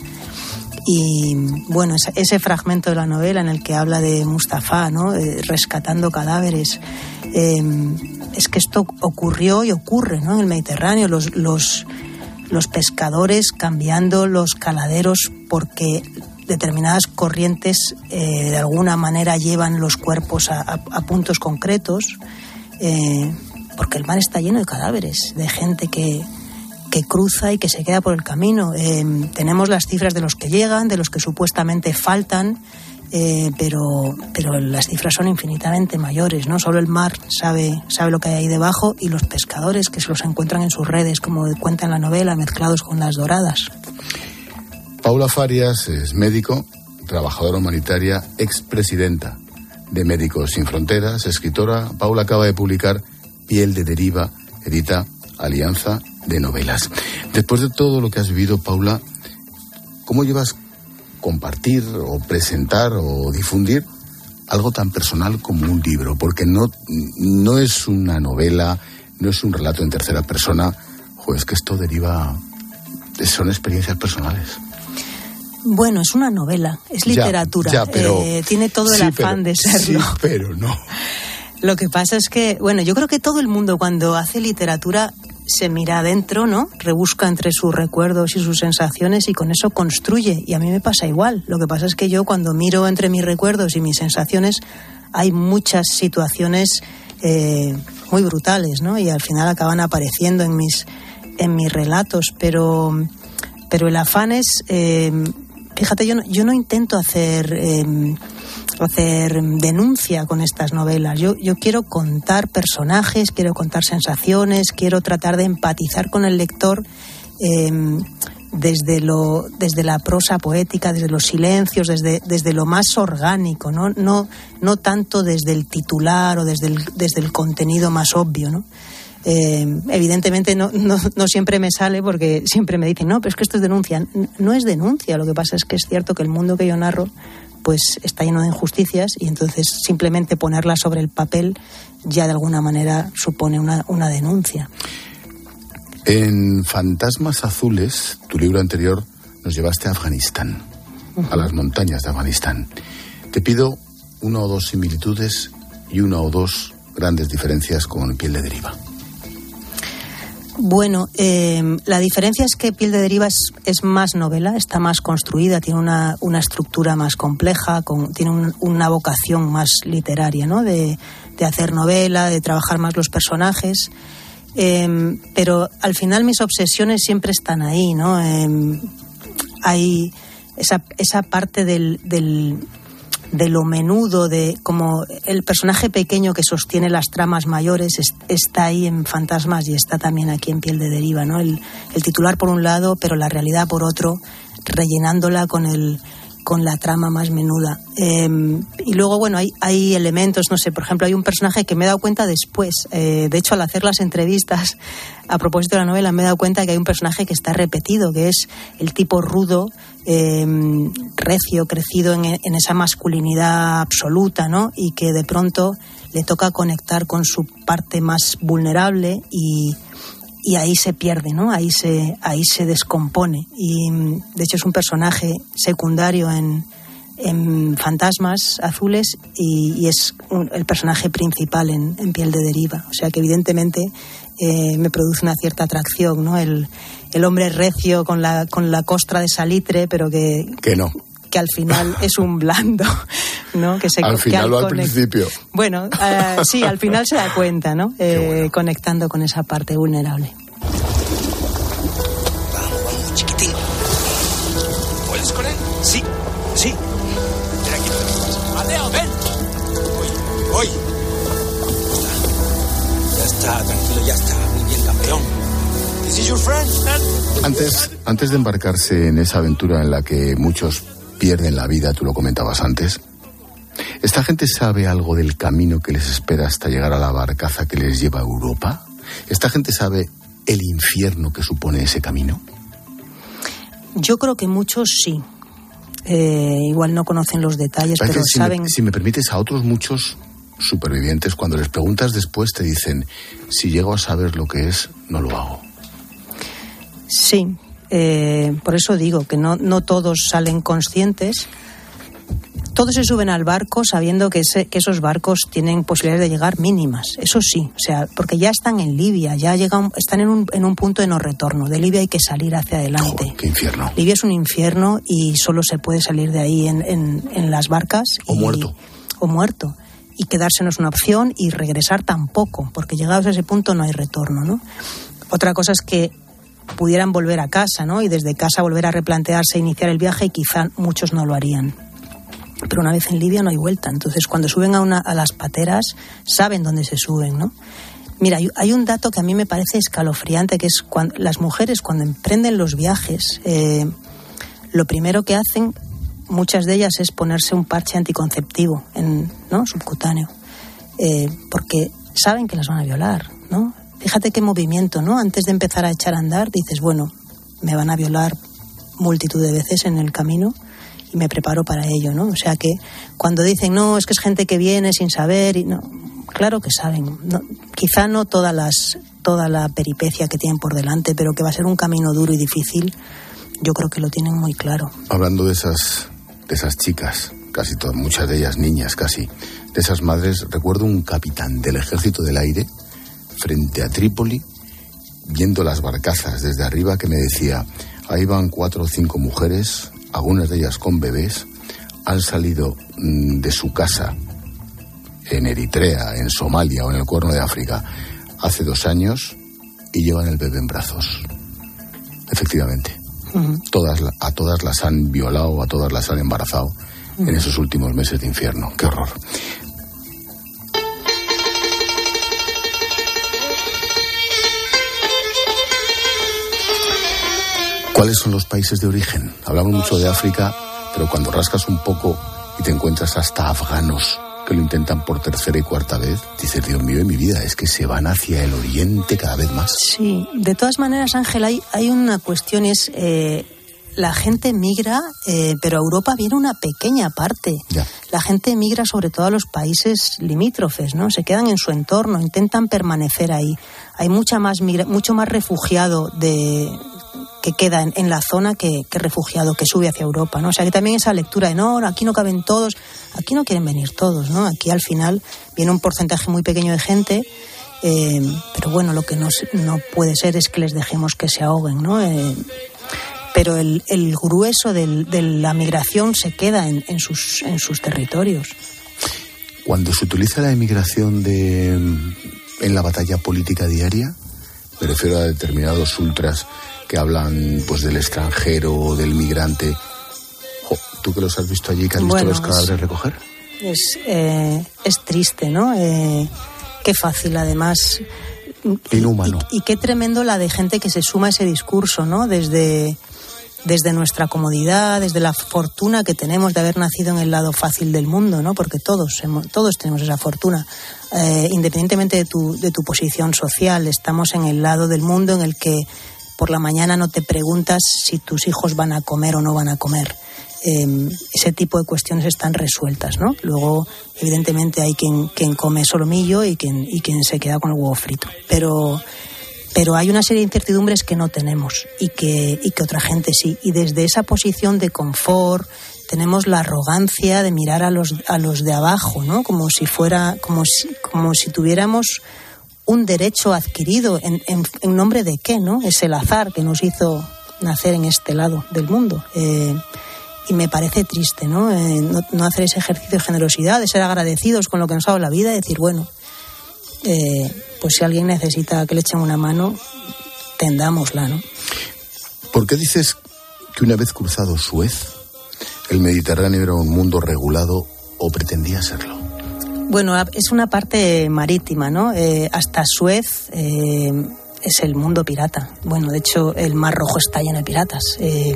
Speaker 9: Y bueno, ese, ese fragmento de la novela en el que habla de Mustafa, ¿no? Eh, rescatando cadáveres, eh, es que esto ocurrió y ocurre, ¿no? En el Mediterráneo, los, los, los pescadores cambiando los caladeros porque determinadas corrientes eh, de alguna manera llevan los cuerpos a, a, a puntos concretos, eh, porque el mar está lleno de cadáveres, de gente que que cruza y que se queda por el camino. Eh, tenemos las cifras de los que llegan, de los que supuestamente faltan, eh, pero, pero las cifras son infinitamente mayores, ¿no? Solo el mar sabe, sabe lo que hay ahí debajo, y los pescadores que se los encuentran en sus redes, como cuenta en la novela, mezclados con las doradas.
Speaker 1: Paula Farias es médico, trabajadora humanitaria, expresidenta de Médicos Sin Fronteras, escritora. Paula acaba de publicar Piel de Deriva, edita Alianza de Novelas. Después de todo lo que has vivido, Paula, ¿cómo llevas compartir o presentar o difundir algo tan personal como un libro? Porque no, no es una novela, no es un relato en tercera persona Jo, es que esto deriva... Son experiencias personales.
Speaker 9: Bueno, es una novela, es literatura.
Speaker 1: Ya, ya, pero,
Speaker 9: eh, tiene todo el
Speaker 1: sí,
Speaker 9: afán
Speaker 1: pero,
Speaker 9: de serlo.
Speaker 1: Sí, pero no.
Speaker 9: Lo que pasa es que, bueno, yo creo que todo el mundo cuando hace literatura se mira adentro, ¿no? Rebusca entre sus recuerdos y sus sensaciones y con eso construye. Y a mí me pasa igual. Lo que pasa es que yo cuando miro entre mis recuerdos y mis sensaciones hay muchas situaciones eh, muy brutales, ¿no? Y al final acaban apareciendo en mis en mis relatos, pero pero el afán es, eh, fíjate, yo no, yo no intento hacer eh, hacer denuncia con estas novelas. Yo yo quiero contar personajes, quiero contar sensaciones, quiero tratar de empatizar con el lector eh, desde lo desde la prosa poética, desde los silencios, desde desde lo más orgánico, no no no tanto desde el titular o desde el desde el contenido más obvio, ¿no? Eh, evidentemente no, no, no siempre me sale porque siempre me dicen, no, pero es que esto es denuncia. No es denuncia, lo que pasa es que es cierto que el mundo que yo narro pues está lleno de injusticias y entonces simplemente ponerla sobre el papel ya de alguna manera supone una, una denuncia.
Speaker 1: En Fantasmas Azules, tu libro anterior, nos llevaste a Afganistán, uh-huh. a las montañas de Afganistán. Te pido una o dos similitudes y una o dos grandes diferencias con Piel de Deriva.
Speaker 9: Bueno, eh, la diferencia es que Piel de Deriva es, es más novela, está más construida, tiene una, una estructura más compleja, con, tiene un, una vocación más literaria, ¿no? De, de hacer novela, de trabajar más los personajes. Eh, pero al final mis obsesiones siempre están ahí, ¿no? Eh, hay esa, esa parte del... del de lo menudo, de como el personaje pequeño que sostiene las tramas mayores es, está ahí en Fantasmas y está también aquí en Piel de Deriva, ¿no? El, el titular por un lado, pero la realidad por otro, rellenándola con el con la trama más menuda. Eh, y luego, bueno, hay, hay elementos, no sé, por ejemplo, hay un personaje que me he dado cuenta después, eh, de hecho, al hacer las entrevistas a propósito de la novela, me he dado cuenta que hay un personaje que está repetido, que es el tipo rudo, eh, recio, crecido en, en esa masculinidad absoluta, ¿no? Y que de pronto le toca conectar con su parte más vulnerable y... y ahí se pierde, ¿no? Ahí se ahí se descompone y de hecho es un personaje secundario en, en Fantasmas Azules y, y es un, el personaje principal en, en Piel de Deriva, o sea que evidentemente eh, me produce una cierta atracción, ¿no? El, el hombre recio con la con la costra de salitre, pero que
Speaker 1: que no
Speaker 9: que al final es un blando, ¿no? Que se,
Speaker 1: al final
Speaker 9: que
Speaker 1: o al
Speaker 9: conect...
Speaker 1: principio.
Speaker 9: Bueno, uh, sí, al final se da cuenta, ¿no? Eh, bueno. Conectando con esa parte vulnerable.
Speaker 5: Vamos, vamos, chiquitín. ¿Puedes con él? Sí, sí. Ven aquí. Mateo, ven. Voy, voy. Ya está, tranquilo, ya está. Muy bien, campeón. This is your friend.
Speaker 1: Antes, antes de embarcarse en esa aventura en la que muchos pierden la vida, tú lo comentabas antes, ¿esta gente sabe algo del camino que les espera hasta llegar a la barcaza que les lleva a Europa? ¿Esta gente sabe el infierno que supone ese camino?
Speaker 9: Yo creo que muchos sí. Eh, igual no conocen los detalles,
Speaker 1: Parece
Speaker 9: pero
Speaker 1: si
Speaker 9: saben...
Speaker 1: Me, si me permites, a otros muchos supervivientes, cuando les preguntas después, te dicen, si llego a saber lo que es, no lo hago.
Speaker 9: Sí. Eh, por eso digo que no, no todos salen conscientes. Todos se suben al barco sabiendo que, ese, que esos barcos tienen posibilidades de llegar mínimas. Eso sí, o sea, porque ya están en Libia, ya llegan, están en un, en un punto de no retorno. De Libia hay que salir hacia adelante.
Speaker 1: Oh, ¡qué infierno!
Speaker 9: Libia es un infierno y solo se puede salir de ahí en, en, en las barcas.
Speaker 1: O
Speaker 9: y,
Speaker 1: muerto.
Speaker 9: O muerto. Y quedarse no es una opción y regresar tampoco, porque llegados a ese punto no hay retorno, ¿no? Otra cosa es que pudieran volver a casa, ¿no? Y desde casa volver a replantearse, iniciar el viaje, y quizá muchos no lo harían. Pero una vez en Libia no hay vuelta. Entonces, cuando suben a, una, a las pateras, saben dónde se suben, ¿no? Mira, hay, hay un dato que a mí me parece escalofriante, que es cuando las mujeres, cuando emprenden los viajes, eh, lo primero que hacen, muchas de ellas, es ponerse un parche anticonceptivo, en, ¿no? subcutáneo, eh, porque saben que las van a violar, ¿no? Fíjate qué movimiento, ¿no? Antes de empezar a echar a andar, dices, bueno, me van a violar multitud de veces en el camino y me preparo para ello, ¿no? O sea que cuando dicen, no, es que es gente que viene sin saber, y no, claro que saben. No, quizá no todas las, toda la peripecia que tienen por delante, pero que va a ser un camino duro y difícil, yo creo que lo tienen muy claro.
Speaker 1: Hablando de esas, de esas chicas, casi todas, muchas de ellas niñas casi, de esas madres, recuerdo un capitán del Ejército del Aire frente a Trípoli, viendo las barcazas desde arriba, que me decía, ahí van cuatro o cinco mujeres, algunas de ellas con bebés, han salido de su casa en Eritrea, en Somalia o en el Cuerno de África hace dos años y llevan el bebé en brazos. Efectivamente. Uh-huh. Todas, a todas las han violado, a todas las han embarazado uh-huh. en esos últimos meses de infierno. ¡Qué horror! ¿Cuáles son los países de origen? Hablamos mucho de África, pero cuando rascas un poco y te encuentras hasta afganos que lo intentan por tercera y cuarta vez, dices, Dios mío, en mi vida, es que se van hacia el oriente cada vez más.
Speaker 9: Sí, de todas maneras, Ángel, hay, hay una cuestión, es eh, la gente migra, eh, pero a Europa viene una pequeña parte.
Speaker 1: Ya.
Speaker 9: La gente migra sobre todo a los países limítrofes, ¿no? Se quedan en su entorno, intentan permanecer ahí. Hay mucha más migra- mucho más refugiado de... que queda en, en la zona que, que refugiado, que sube hacia Europa, ¿no? O sea, que también esa lectura de, no, aquí no caben todos, aquí no quieren venir todos, ¿no? Aquí al final viene un porcentaje muy pequeño de gente, eh, pero bueno, lo que no, no puede ser es que les dejemos que se ahoguen, ¿no? Eh, pero el, el grueso del, de la migración se queda en, en, sus, en sus territorios.
Speaker 1: Cuando se utiliza la emigración de, en la batalla política diaria, me refiero a determinados ultras que hablan pues del extranjero, del migrante. Oh, ¿tú que los has visto allí, que has
Speaker 9: bueno,
Speaker 1: visto los cadáveres
Speaker 9: es,
Speaker 1: recoger?
Speaker 9: Es, eh, es triste, ¿no? Eh, qué fácil, además.
Speaker 1: Inhumano.
Speaker 9: Y, y, y qué tremendo la de gente que se suma a ese discurso, ¿no? Desde, desde nuestra comodidad, desde la fortuna que tenemos de haber nacido en el lado fácil del mundo, ¿no? Porque todos, todos tenemos esa fortuna. Eh, independientemente de tu, de tu posición social, estamos en el lado del mundo en el que por la mañana no te preguntas si tus hijos van a comer o no van a comer. Eh, ese tipo de cuestiones están resueltas, ¿no? Luego, evidentemente, hay quien, quien come solomillo y quien, y quien se queda con el huevo frito. Pero, pero hay una serie de incertidumbres que no tenemos y que, y que otra gente sí. Y desde esa posición de confort tenemos la arrogancia de mirar a los, a los de abajo, ¿no? Como si fuera, como si, como si tuviéramos un derecho adquirido, en, en, en nombre de qué, ¿no? Es el azar que nos hizo nacer en este lado del mundo. Eh, y me parece triste, ¿no? Eh, ¿no? No hacer ese ejercicio de generosidad, de ser agradecidos con lo que nos ha dado la vida, y decir, bueno, eh, pues si alguien necesita que le echen una mano, tendámosla, ¿no?
Speaker 1: ¿Por qué dices que una vez cruzado Suez, el Mediterráneo era un mundo regulado o pretendía serlo?
Speaker 9: Bueno, es una parte marítima, ¿no? Eh, hasta Suez eh, es el mundo pirata. Bueno, de hecho, el Mar Rojo está lleno de piratas. Eh,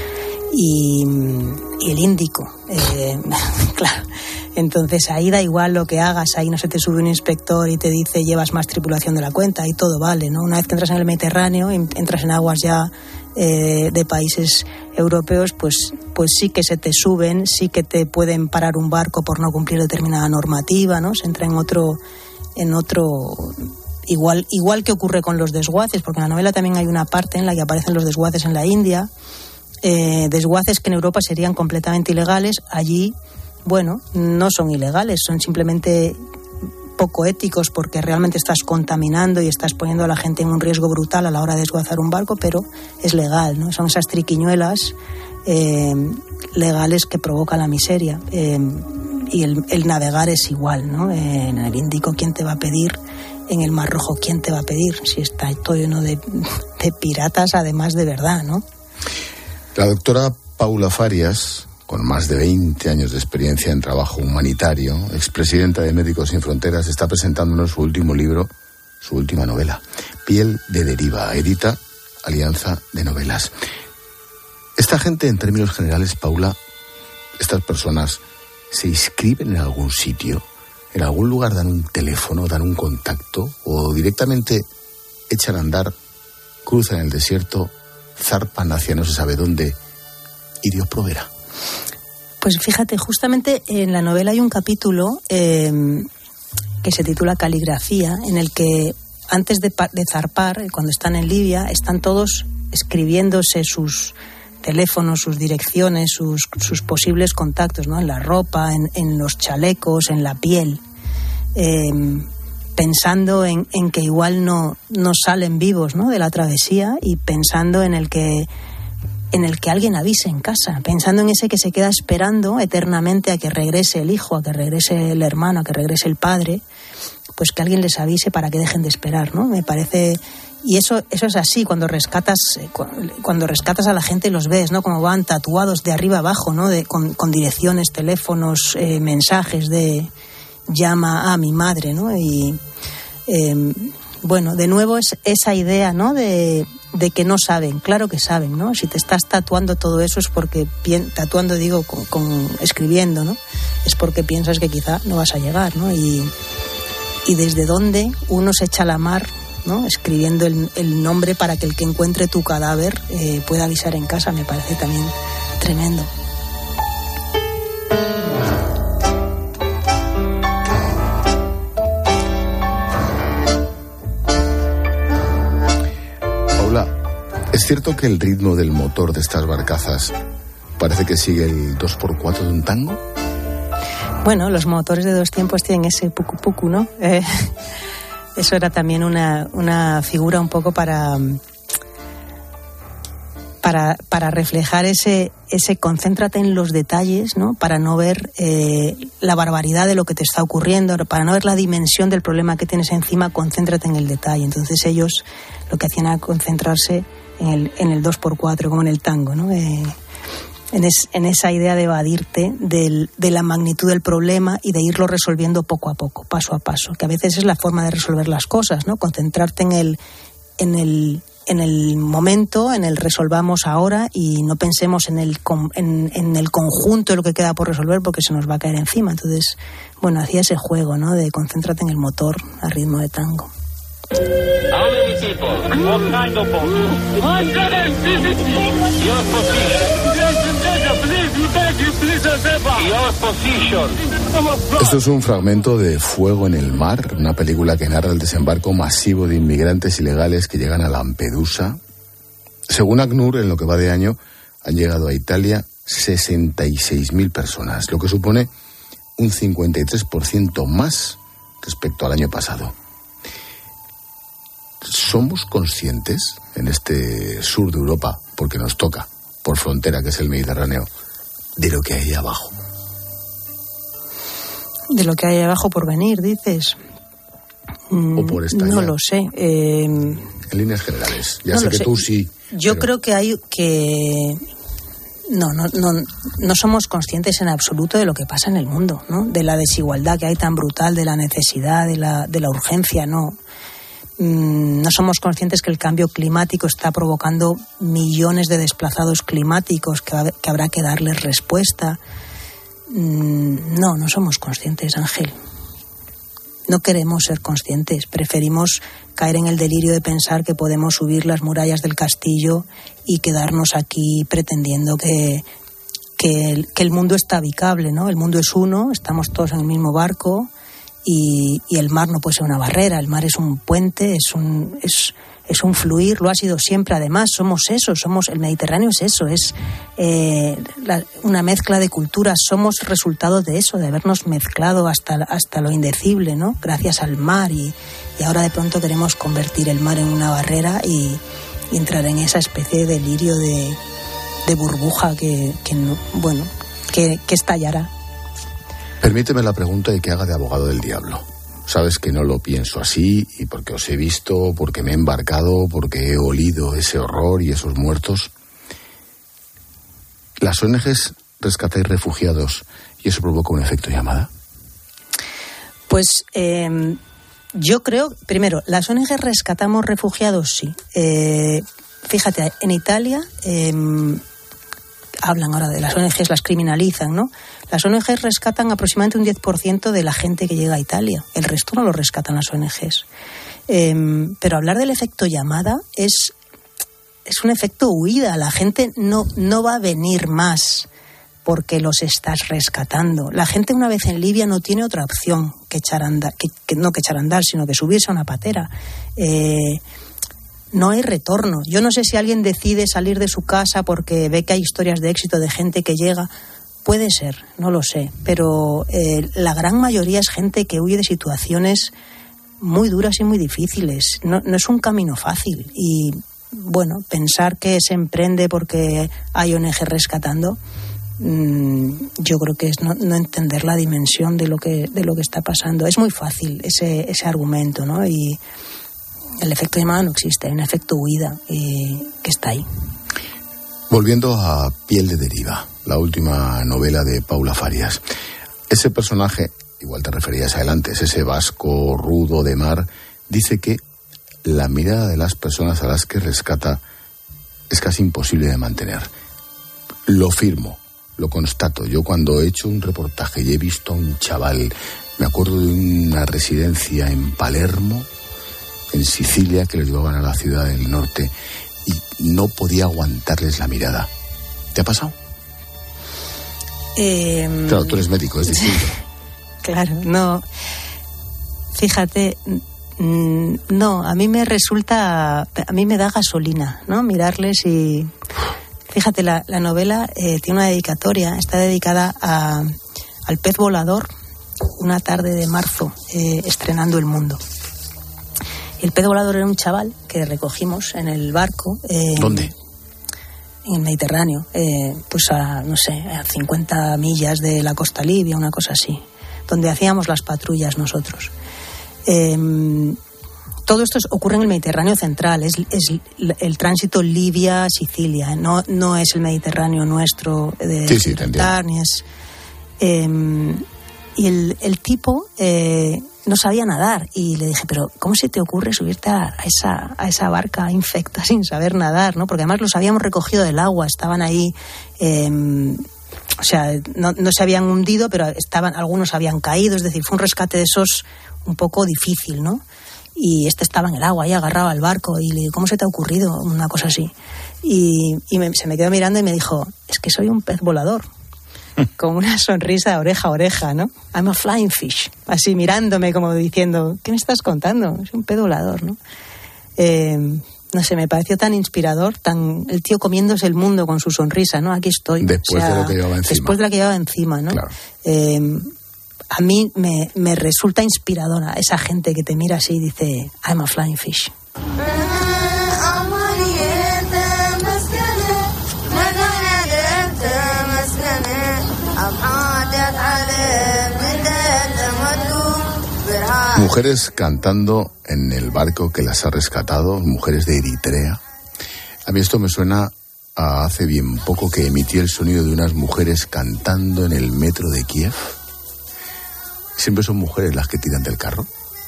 Speaker 9: y, y el Índico, eh, claro. Entonces, ahí da igual lo que hagas, ahí no se te sube un inspector y te dice llevas más tripulación de la cuenta, ahí todo vale, ¿no? Una vez que entras en el Mediterráneo, entras en aguas ya eh, de países europeos, pues, pues sí que se te suben, sí que te pueden parar un barco por no cumplir determinada normativa, ¿no? Se entra en otro, en otro igual, igual que ocurre con los desguaces, porque en la novela también hay una parte en la que aparecen los desguaces en la India, eh, desguaces que en Europa serían completamente ilegales, allí, bueno, no son ilegales, son simplemente poco éticos porque realmente estás contaminando y estás poniendo a la gente en un riesgo brutal a la hora de desguazar un barco, pero es legal, ¿no? Son esas triquiñuelas eh, legales que provocan la miseria. Eh, y el, el navegar es igual, ¿no? Eh, en el Índico, ¿quién te va a pedir? En el Mar Rojo, ¿quién te va a pedir? Si está todo lleno de, de piratas, además de verdad, ¿no?
Speaker 1: La doctora Paula Farias, con más de veinte años de experiencia en trabajo humanitario, expresidenta de Médicos Sin Fronteras, está presentándonos su último libro, su última novela, Piel de Deriva, edita Alianza de Novelas. Esta gente, en términos generales, Paula, estas personas, ¿se inscriben en algún sitio? ¿En algún lugar dan un teléfono, dan un contacto? ¿O directamente echan a andar, cruzan el desierto, zarpan hacia no se sabe dónde y Dios proveerá?
Speaker 9: Pues fíjate, justamente en la novela hay un capítulo eh, que se titula Caligrafía, en el que antes de, de zarpar, cuando están en Libia, están todos escribiéndose sus teléfonos, sus direcciones, sus, sus posibles contactos, ¿no? En la ropa, en, en los chalecos, en la piel, eh, pensando en, en que igual no, no salen vivos, ¿no? De la travesía, y pensando en el que en el que alguien avise en casa, pensando en ese que se queda esperando eternamente a que regrese el hijo, a que regrese el hermano, a que regrese el padre, pues que alguien les avise para que dejen de esperar, ¿no? Me parece. Y eso eso es así cuando rescatas cuando rescatas a la gente y los ves, ¿no? Como van tatuados de arriba abajo, ¿no? De, con, con direcciones, teléfonos, eh, mensajes de llama a mi madre, ¿no? Y eh, bueno, de nuevo es esa idea, ¿no? De, de que no saben, claro que saben, ¿no? Si te estás tatuando todo eso es porque tatuando digo con, con escribiendo, ¿no? Es porque piensas que quizá no vas a llegar, ¿no? Y y desde dónde uno se echa a la mar, ¿no? Escribiendo el, el nombre para que el que encuentre tu cadáver eh, pueda avisar en casa, me parece también tremendo.
Speaker 1: Paula, ¿es cierto que el ritmo del motor de estas barcazas parece que sigue el dos por cuatro de un tango?
Speaker 9: Bueno, los motores de dos tiempos tienen ese pucu pucu, ¿no? Eh, eso era también una, una figura un poco para, para, para reflejar ese, ese concéntrate en los detalles, ¿no? Para no ver eh, la barbaridad de lo que te está ocurriendo, para no ver la dimensión del problema que tienes encima, concéntrate en el detalle. Entonces ellos lo que hacían era concentrarse en el, en el dos por cuatro, como en el tango, ¿no? Eh, En, es, en esa idea de evadirte del, de la magnitud del problema y de irlo resolviendo poco a poco, paso a paso, que a veces es la forma de resolver las cosas, ¿no? Concentrarte en el, en el, en el momento, en el resolvamos ahora y no pensemos en el, en, en el conjunto de lo que queda por resolver porque se nos va a caer encima. Entonces, bueno, hacía ese juego, ¿no? De concéntrate en el motor a ritmo de tango.
Speaker 11: How many people? What kind of boat? one hundred fifty. Your position. Your position.
Speaker 1: Esto es un fragmento de Fuego en el mar, una película que narra el desembarco masivo de inmigrantes ilegales que llegan a Lampedusa. Según ACNUR, en lo que va de año, han llegado a Italia sesenta y seis mil personas, lo que supone un cincuenta y tres por ciento más respecto al año pasado. ¿Somos conscientes en este sur de Europa, porque nos toca, por frontera, que es el Mediterráneo, de lo que hay abajo?
Speaker 9: De lo que hay abajo por venir, dices.
Speaker 1: O por estallar.
Speaker 9: No lo sé. Eh,
Speaker 1: en líneas generales. Ya
Speaker 9: no
Speaker 1: sé que
Speaker 9: sé.
Speaker 1: tú sí.
Speaker 9: Yo
Speaker 1: pero...
Speaker 9: creo que hay que... No, no, no, no somos conscientes en absoluto de lo que pasa en el mundo, ¿no? De la desigualdad que hay tan brutal, de la necesidad, de la, de la urgencia, no... No somos conscientes que el cambio climático está provocando millones de desplazados climáticos que, va, que habrá que darles respuesta. No, no somos conscientes, Ángel. No queremos ser conscientes. Preferimos caer en el delirio de pensar que podemos subir las murallas del castillo y quedarnos aquí pretendiendo que, que, el, que el mundo está habitable, ¿no? El mundo es uno, estamos todos en el mismo barco. Y, y el mar no puede ser una barrera, el mar es un puente, es un, es, es un fluir, lo ha sido siempre. Además, somos eso, somos el Mediterráneo es eso, es eh, la, una mezcla de culturas, somos resultado de eso, de habernos mezclado hasta, hasta lo indecible, ¿no? Gracias al mar y, y ahora de pronto queremos convertir el mar en una barrera y, y entrar en esa especie de delirio de, de burbuja que, que no, bueno, que, que estallará.
Speaker 1: Permíteme la pregunta y que haga de abogado del diablo. Sabes que no lo pienso así y porque os he visto, porque me he embarcado, porque he olido ese horror y esos muertos. ¿Las O N Ges rescatáis refugiados y eso provoca un efecto llamada?
Speaker 9: Pues eh, yo creo, primero, las O N Ges rescatamos refugiados, sí. Eh, fíjate, en Italia... Eh, hablan ahora de las O N Ges, las criminalizan, ¿no? Las O N Ges rescatan aproximadamente un diez por ciento de la gente que llega a Italia. El resto no lo rescatan las O N Ges. Eh, pero hablar del efecto llamada es, es un efecto huida. La gente no, no va a venir más porque los estás rescatando. La gente una vez en Libia no tiene otra opción que echar a andar, que, que no que echar a andar, sino que subirse a una patera. Eh, no hay retorno. Yo no sé si alguien decide salir de su casa porque ve que hay historias de éxito de gente que llega. Puede ser, no lo sé, pero eh, la gran mayoría es gente que huye de situaciones muy duras y muy difíciles. No, no es un camino fácil. Y bueno, pensar que se emprende porque hay O N G rescatando, mmm, yo creo que es no, no entender la dimensión de lo que de lo que está pasando. Es muy fácil ese ese argumento, ¿no? Y el efecto llamada no existe, hay un efecto huida y que está ahí.
Speaker 1: Volviendo a Piel de deriva, la última novela de Paula Farias. Ese personaje, igual te referías adelante, es ese vasco rudo de mar, dice que la mirada de las personas a las que rescata es casi imposible de mantener. Lo firmo, lo constato. Yo cuando he hecho un reportaje y he visto a un chaval, me acuerdo de una residencia en Palermo, en Sicilia, que los llevaban a la ciudad del norte, y no podía aguantarles la mirada. ¿Te ha pasado?
Speaker 9: Eh,
Speaker 1: claro, tú eres médico, es distinto.
Speaker 9: Claro, no. Fíjate, no, a mí me resulta, a mí me da gasolina, ¿no? Mirarles y... Fíjate, la, la novela eh, tiene una dedicatoria, está dedicada a, al pez volador, una tarde de marzo, eh, estrenando El Mundo. El pez volador era un chaval que recogimos en el barco. Eh,
Speaker 1: ¿Dónde?
Speaker 9: En el Mediterráneo, eh, pues a, no sé, a cincuenta millas de la costa libia, una cosa así, donde hacíamos las patrullas nosotros. Eh, todo esto ocurre en el Mediterráneo central, es, es el tránsito Libia-Sicilia, no, no es el Mediterráneo nuestro de
Speaker 1: sí, sí,
Speaker 9: Gibraltar, ni es... Eh, y el, el tipo... Eh, no sabía nadar y le dije, pero ¿cómo se te ocurre subirte a, a esa a esa barca infecta sin saber nadar, ¿no? Porque además los habíamos recogido del agua, estaban ahí, eh, o sea, no, no se habían hundido, pero estaban, algunos habían caído, es decir, fue un rescate de esos un poco difícil, ¿no? Y este estaba en el agua, ahí agarraba al barco y le digo, ¿cómo se te ha ocurrido una cosa así? Y, y me, se me quedó mirando y me dijo, es que soy un pez volador. Con una sonrisa de oreja a oreja, ¿no? I'm a flying fish. Así mirándome como diciendo, ¿qué me estás contando? Es un pez volador, ¿no? Eh, no sé, me pareció tan inspirador, tan el tío comiéndose el mundo con su sonrisa, ¿no? Aquí estoy.
Speaker 1: Después o sea, de lo que llevaba encima.
Speaker 9: Después de lo que llevaba encima, ¿no?
Speaker 1: Claro.
Speaker 9: Eh, a mí me, me resulta inspiradora esa gente que te mira así y dice, I'm a flying fish.
Speaker 1: Mujeres cantando en el barco que las ha rescatado, mujeres de Eritrea. A mí esto me suena a hace bien poco que emití el sonido de unas mujeres cantando en el metro de Kiev. ¿Siempre son mujeres las que tiran del carro?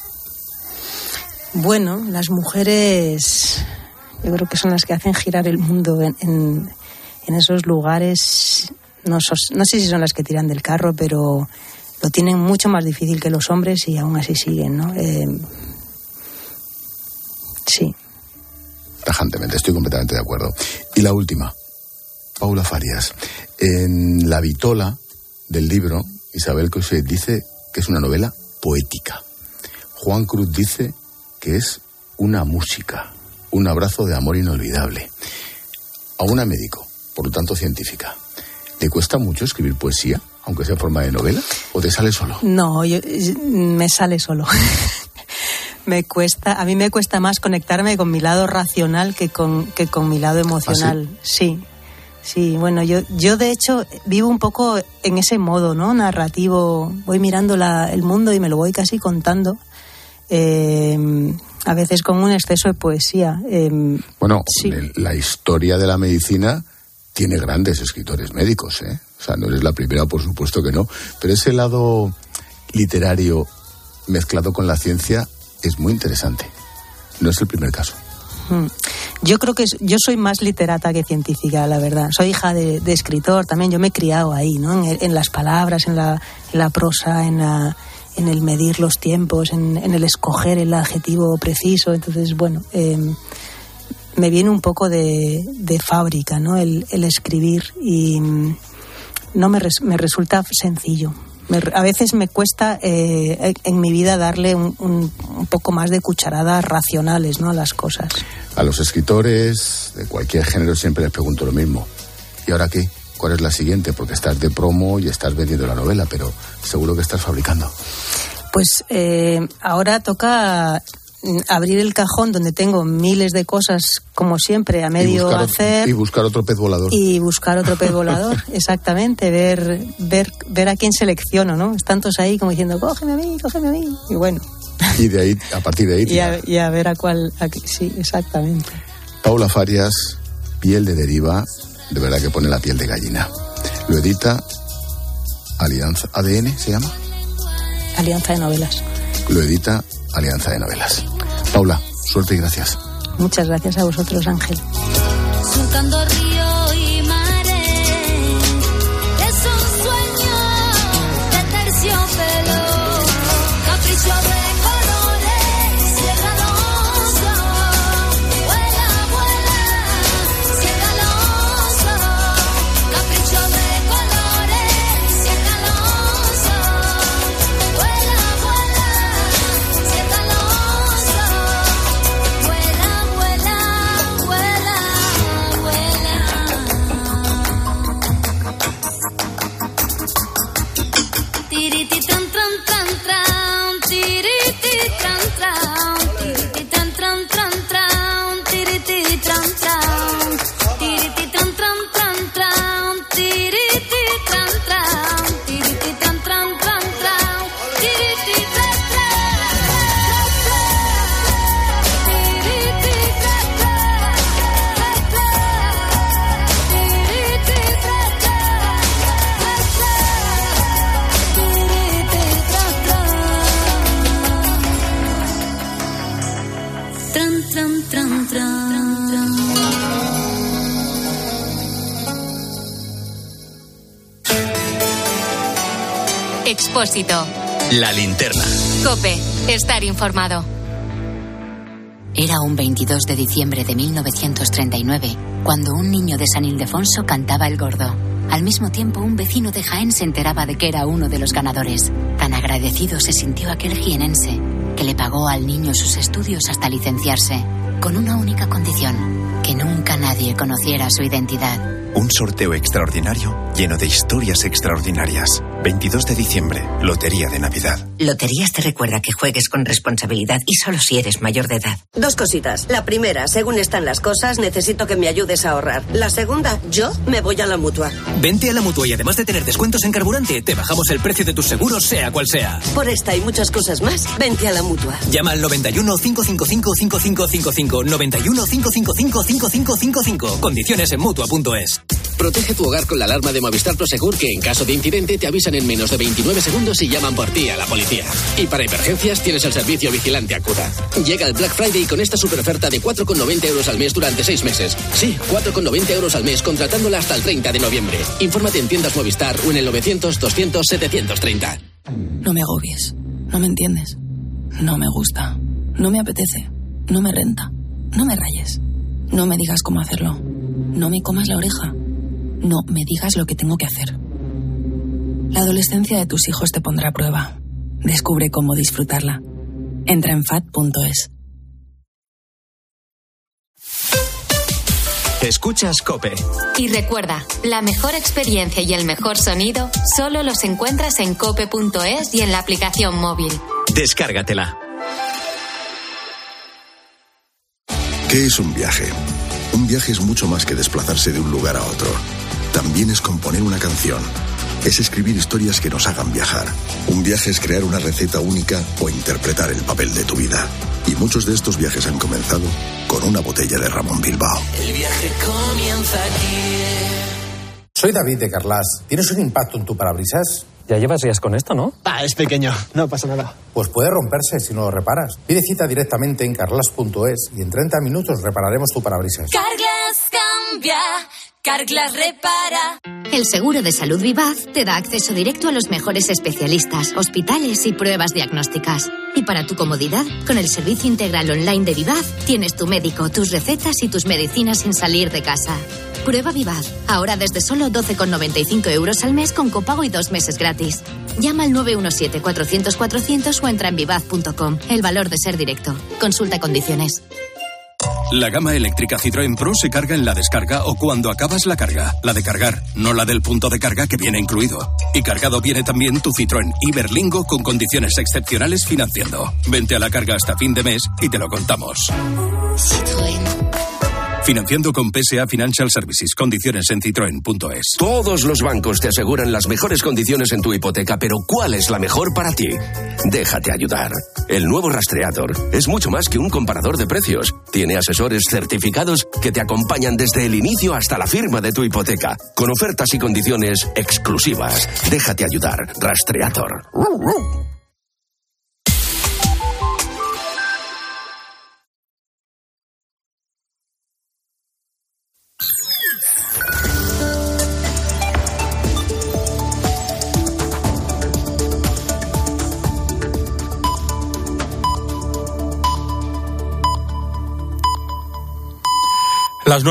Speaker 9: Bueno, las mujeres yo creo que son las que hacen girar el mundo en, en, en esos lugares. No, no sé si son las que tiran del carro, pero lo tienen mucho más difícil que los hombres y aún así siguen, ¿no? Eh, sí.
Speaker 1: Tajantemente, estoy completamente de acuerdo. Y la última, Paula Farias. En la vitola del libro, Isabel Coixet dice que es una novela poética. Juan Cruz dice que es una música, un abrazo de amor inolvidable. A una médico, por lo tanto científica, ¿le cuesta mucho escribir poesía, aunque sea en forma de novela, o te sale solo?
Speaker 9: No, yo, me sale solo. me cuesta, a mí me cuesta más conectarme con mi lado racional que con que con mi lado emocional. ¿Ah, sí? sí, sí. Bueno, yo, yo de hecho vivo un poco en ese modo, ¿no? Narrativo. Voy mirando la, el mundo y me lo voy casi contando. Eh, a veces con un exceso de poesía. Eh,
Speaker 1: bueno,
Speaker 9: sí.
Speaker 1: La historia de la medicina tiene grandes escritores médicos, ¿eh? O sea, no eres la primera, por supuesto que no, pero ese lado literario mezclado con la ciencia es muy interesante. No es el primer caso.
Speaker 9: Yo creo que es, yo soy más literata que científica, la verdad. Soy hija de, de escritor también, yo me he criado ahí, ¿no? En, en las palabras, en la, en la prosa, en, la, en el medir los tiempos, en, en el escoger el adjetivo preciso. Entonces, bueno, eh, me viene un poco de, de fábrica, ¿no? El, el escribir y... no me, res, me resulta sencillo. Me, a veces me cuesta eh, en mi vida darle un, un, un poco más de cucharadas racionales, ¿no?, a las cosas.
Speaker 1: A los escritores de cualquier género siempre les pregunto lo mismo. ¿Y ahora qué? ¿Cuál es la siguiente? Porque estás de promo y estás vendiendo la novela, pero seguro que estás fabricando.
Speaker 9: Pues eh, ahora toca abrir el cajón donde tengo miles de cosas, como siempre, a medio
Speaker 1: y buscar,
Speaker 9: hacer.
Speaker 1: Y buscar otro pez volador.
Speaker 9: Y buscar otro pez volador, exactamente. Ver, ver, ver a quién selecciono, ¿no? Están todos ahí como diciendo, cógeme a mí, cógeme a mí. Y bueno.
Speaker 1: Y de ahí, a partir de ahí.
Speaker 9: y, a, y a ver a cuál. A, sí, exactamente.
Speaker 1: Paula Farias, Piel de Deriva, de verdad que pone la piel de gallina. Lo edita Alianza A D N, ¿se llama?
Speaker 9: Alianza de Novelas.
Speaker 1: Lo edita Alianza de Novelas. Paula, suerte y gracias.
Speaker 9: Muchas gracias a vosotros, Ángel.
Speaker 12: Surcando río y mares, es un sueño de terciopelo, capricho de colores, cierra los ojos, vuela, vuela, cierra los ojos, capricho de colores, cierra los ojos, vuela, vuela, cierra los ojos, vuela, vuela, vuela, vuela. Tiriti tran tran tran tran, tiriti tran tran, tiriti tran tran tran tran, tiriti tran tran, tiriti tran tran tran tran, tiriti tran tran, tiriti tran tran tran tran, tiriti tran tran tran tran tran.
Speaker 13: Expósito.
Speaker 3: La linterna.
Speaker 13: COPE. Estar informado.
Speaker 4: Era un veintidós de diciembre de mil novecientos treinta y nueve, cuando un niño de San Ildefonso cantaba el gordo. Al mismo tiempo, un vecino de Jaén se enteraba de que era uno de los ganadores. Tan agradecido se sintió aquel jienense, que le pagó al niño sus estudios hasta licenciarse, con una única condición: que nunca nadie conociera su identidad.
Speaker 14: Un sorteo extraordinario lleno de historias extraordinarias. veintidós de diciembre, Lotería de Navidad.
Speaker 15: Loterías te recuerda que juegues con responsabilidad y solo si eres mayor de edad.
Speaker 16: Dos cositas. La primera, según están las cosas, necesito que me ayudes a ahorrar. La segunda, yo me voy a la Mutua.
Speaker 6: Vente a la Mutua y además de tener descuentos en carburante, te bajamos el precio de tus seguros, sea cual sea.
Speaker 16: Por esta y muchas cosas más, vente a la Mutua.
Speaker 6: Llama al noventa y uno, cinco cinco cinco, cinco cinco cinco cinco, noventa y uno, cinco cinco cinco, cinco cinco cinco cinco. Condiciones en Mutua punto es.
Speaker 17: Protege tu hogar con la alarma de Movistar Prosegur, que en caso de incidente te avisan en menos de veintinueve segundos y llaman por ti a la policía. Y para emergencias tienes el servicio Vigilante Acuda. Llega el Black Friday con esta super oferta de cuatro con noventa euros al mes durante seis meses. Sí, cuatro con noventa euros al mes contratándola hasta el treinta de noviembre. Infórmate en tiendas Movistar o en el novecientos, doscientos, setecientos treinta.
Speaker 18: No me agobies. No me entiendes. No me gusta. No me apetece. No me renta. No me rayes. No me digas cómo hacerlo. No me comas la oreja. No me digas lo que tengo que hacer. La adolescencia de tus hijos te pondrá a prueba. Descubre cómo disfrutarla. Entra en fat punto es.
Speaker 3: Escuchas COPE.
Speaker 13: Y recuerda, la mejor experiencia y el mejor sonido solo los encuentras en cope punto es y en la aplicación móvil.
Speaker 3: Descárgatela.
Speaker 24: ¿Qué es un viaje? Un viaje es mucho más que desplazarse de un lugar a otro. También es componer una canción. Es escribir historias que nos hagan viajar. Un viaje es crear una receta única o interpretar el papel de tu vida. Y muchos de estos viajes han comenzado con una botella de Ramón Bilbao.
Speaker 21: El viaje comienza aquí.
Speaker 28: Soy David de Carlas. ¿Tienes un impacto en tu parabrisas?
Speaker 29: Ya llevas días con esto, ¿no?
Speaker 28: Ah, es pequeño, no pasa nada. Pues puede romperse si no lo reparas. Pide cita directamente en carlas punto es y en treinta minutos repararemos tu parabrisas.
Speaker 12: Carglass cambia, Carglass repara.
Speaker 30: El seguro de salud Vivaz te da acceso directo a los mejores especialistas, hospitales y pruebas diagnósticas. Y para tu comodidad, con el servicio integral online de Vivaz, tienes tu médico, tus recetas y tus medicinas sin salir de casa. Prueba Vivaz. Ahora desde solo doce con noventa y cinco euros al mes con copago y dos meses gratis. Llama al nueve uno siete, cuatrocientos, cuatrocientos o entra en vivaz punto com. El valor de ser directo. Consulta condiciones.
Speaker 24: La gama eléctrica Citroën Pro se carga en la descarga o cuando acabas la carga. La de cargar, no la del punto de carga que viene incluido. Y cargado viene también tu Citroën Iberlingo con condiciones excepcionales financiando. Vente a la carga hasta fin de mes y te lo contamos.
Speaker 30: Citroën.
Speaker 24: Financiando con P S A Financial Services. Condiciones en citroen punto es.
Speaker 2: Todos los bancos te aseguran las mejores condiciones en tu hipoteca, pero ¿cuál es la mejor para ti? Déjate ayudar. El nuevo Rastreator es mucho más que un comparador de precios. Tiene asesores certificados que te acompañan desde el inicio hasta la firma de tu hipoteca, con ofertas y condiciones exclusivas. Déjate ayudar. Rastreator.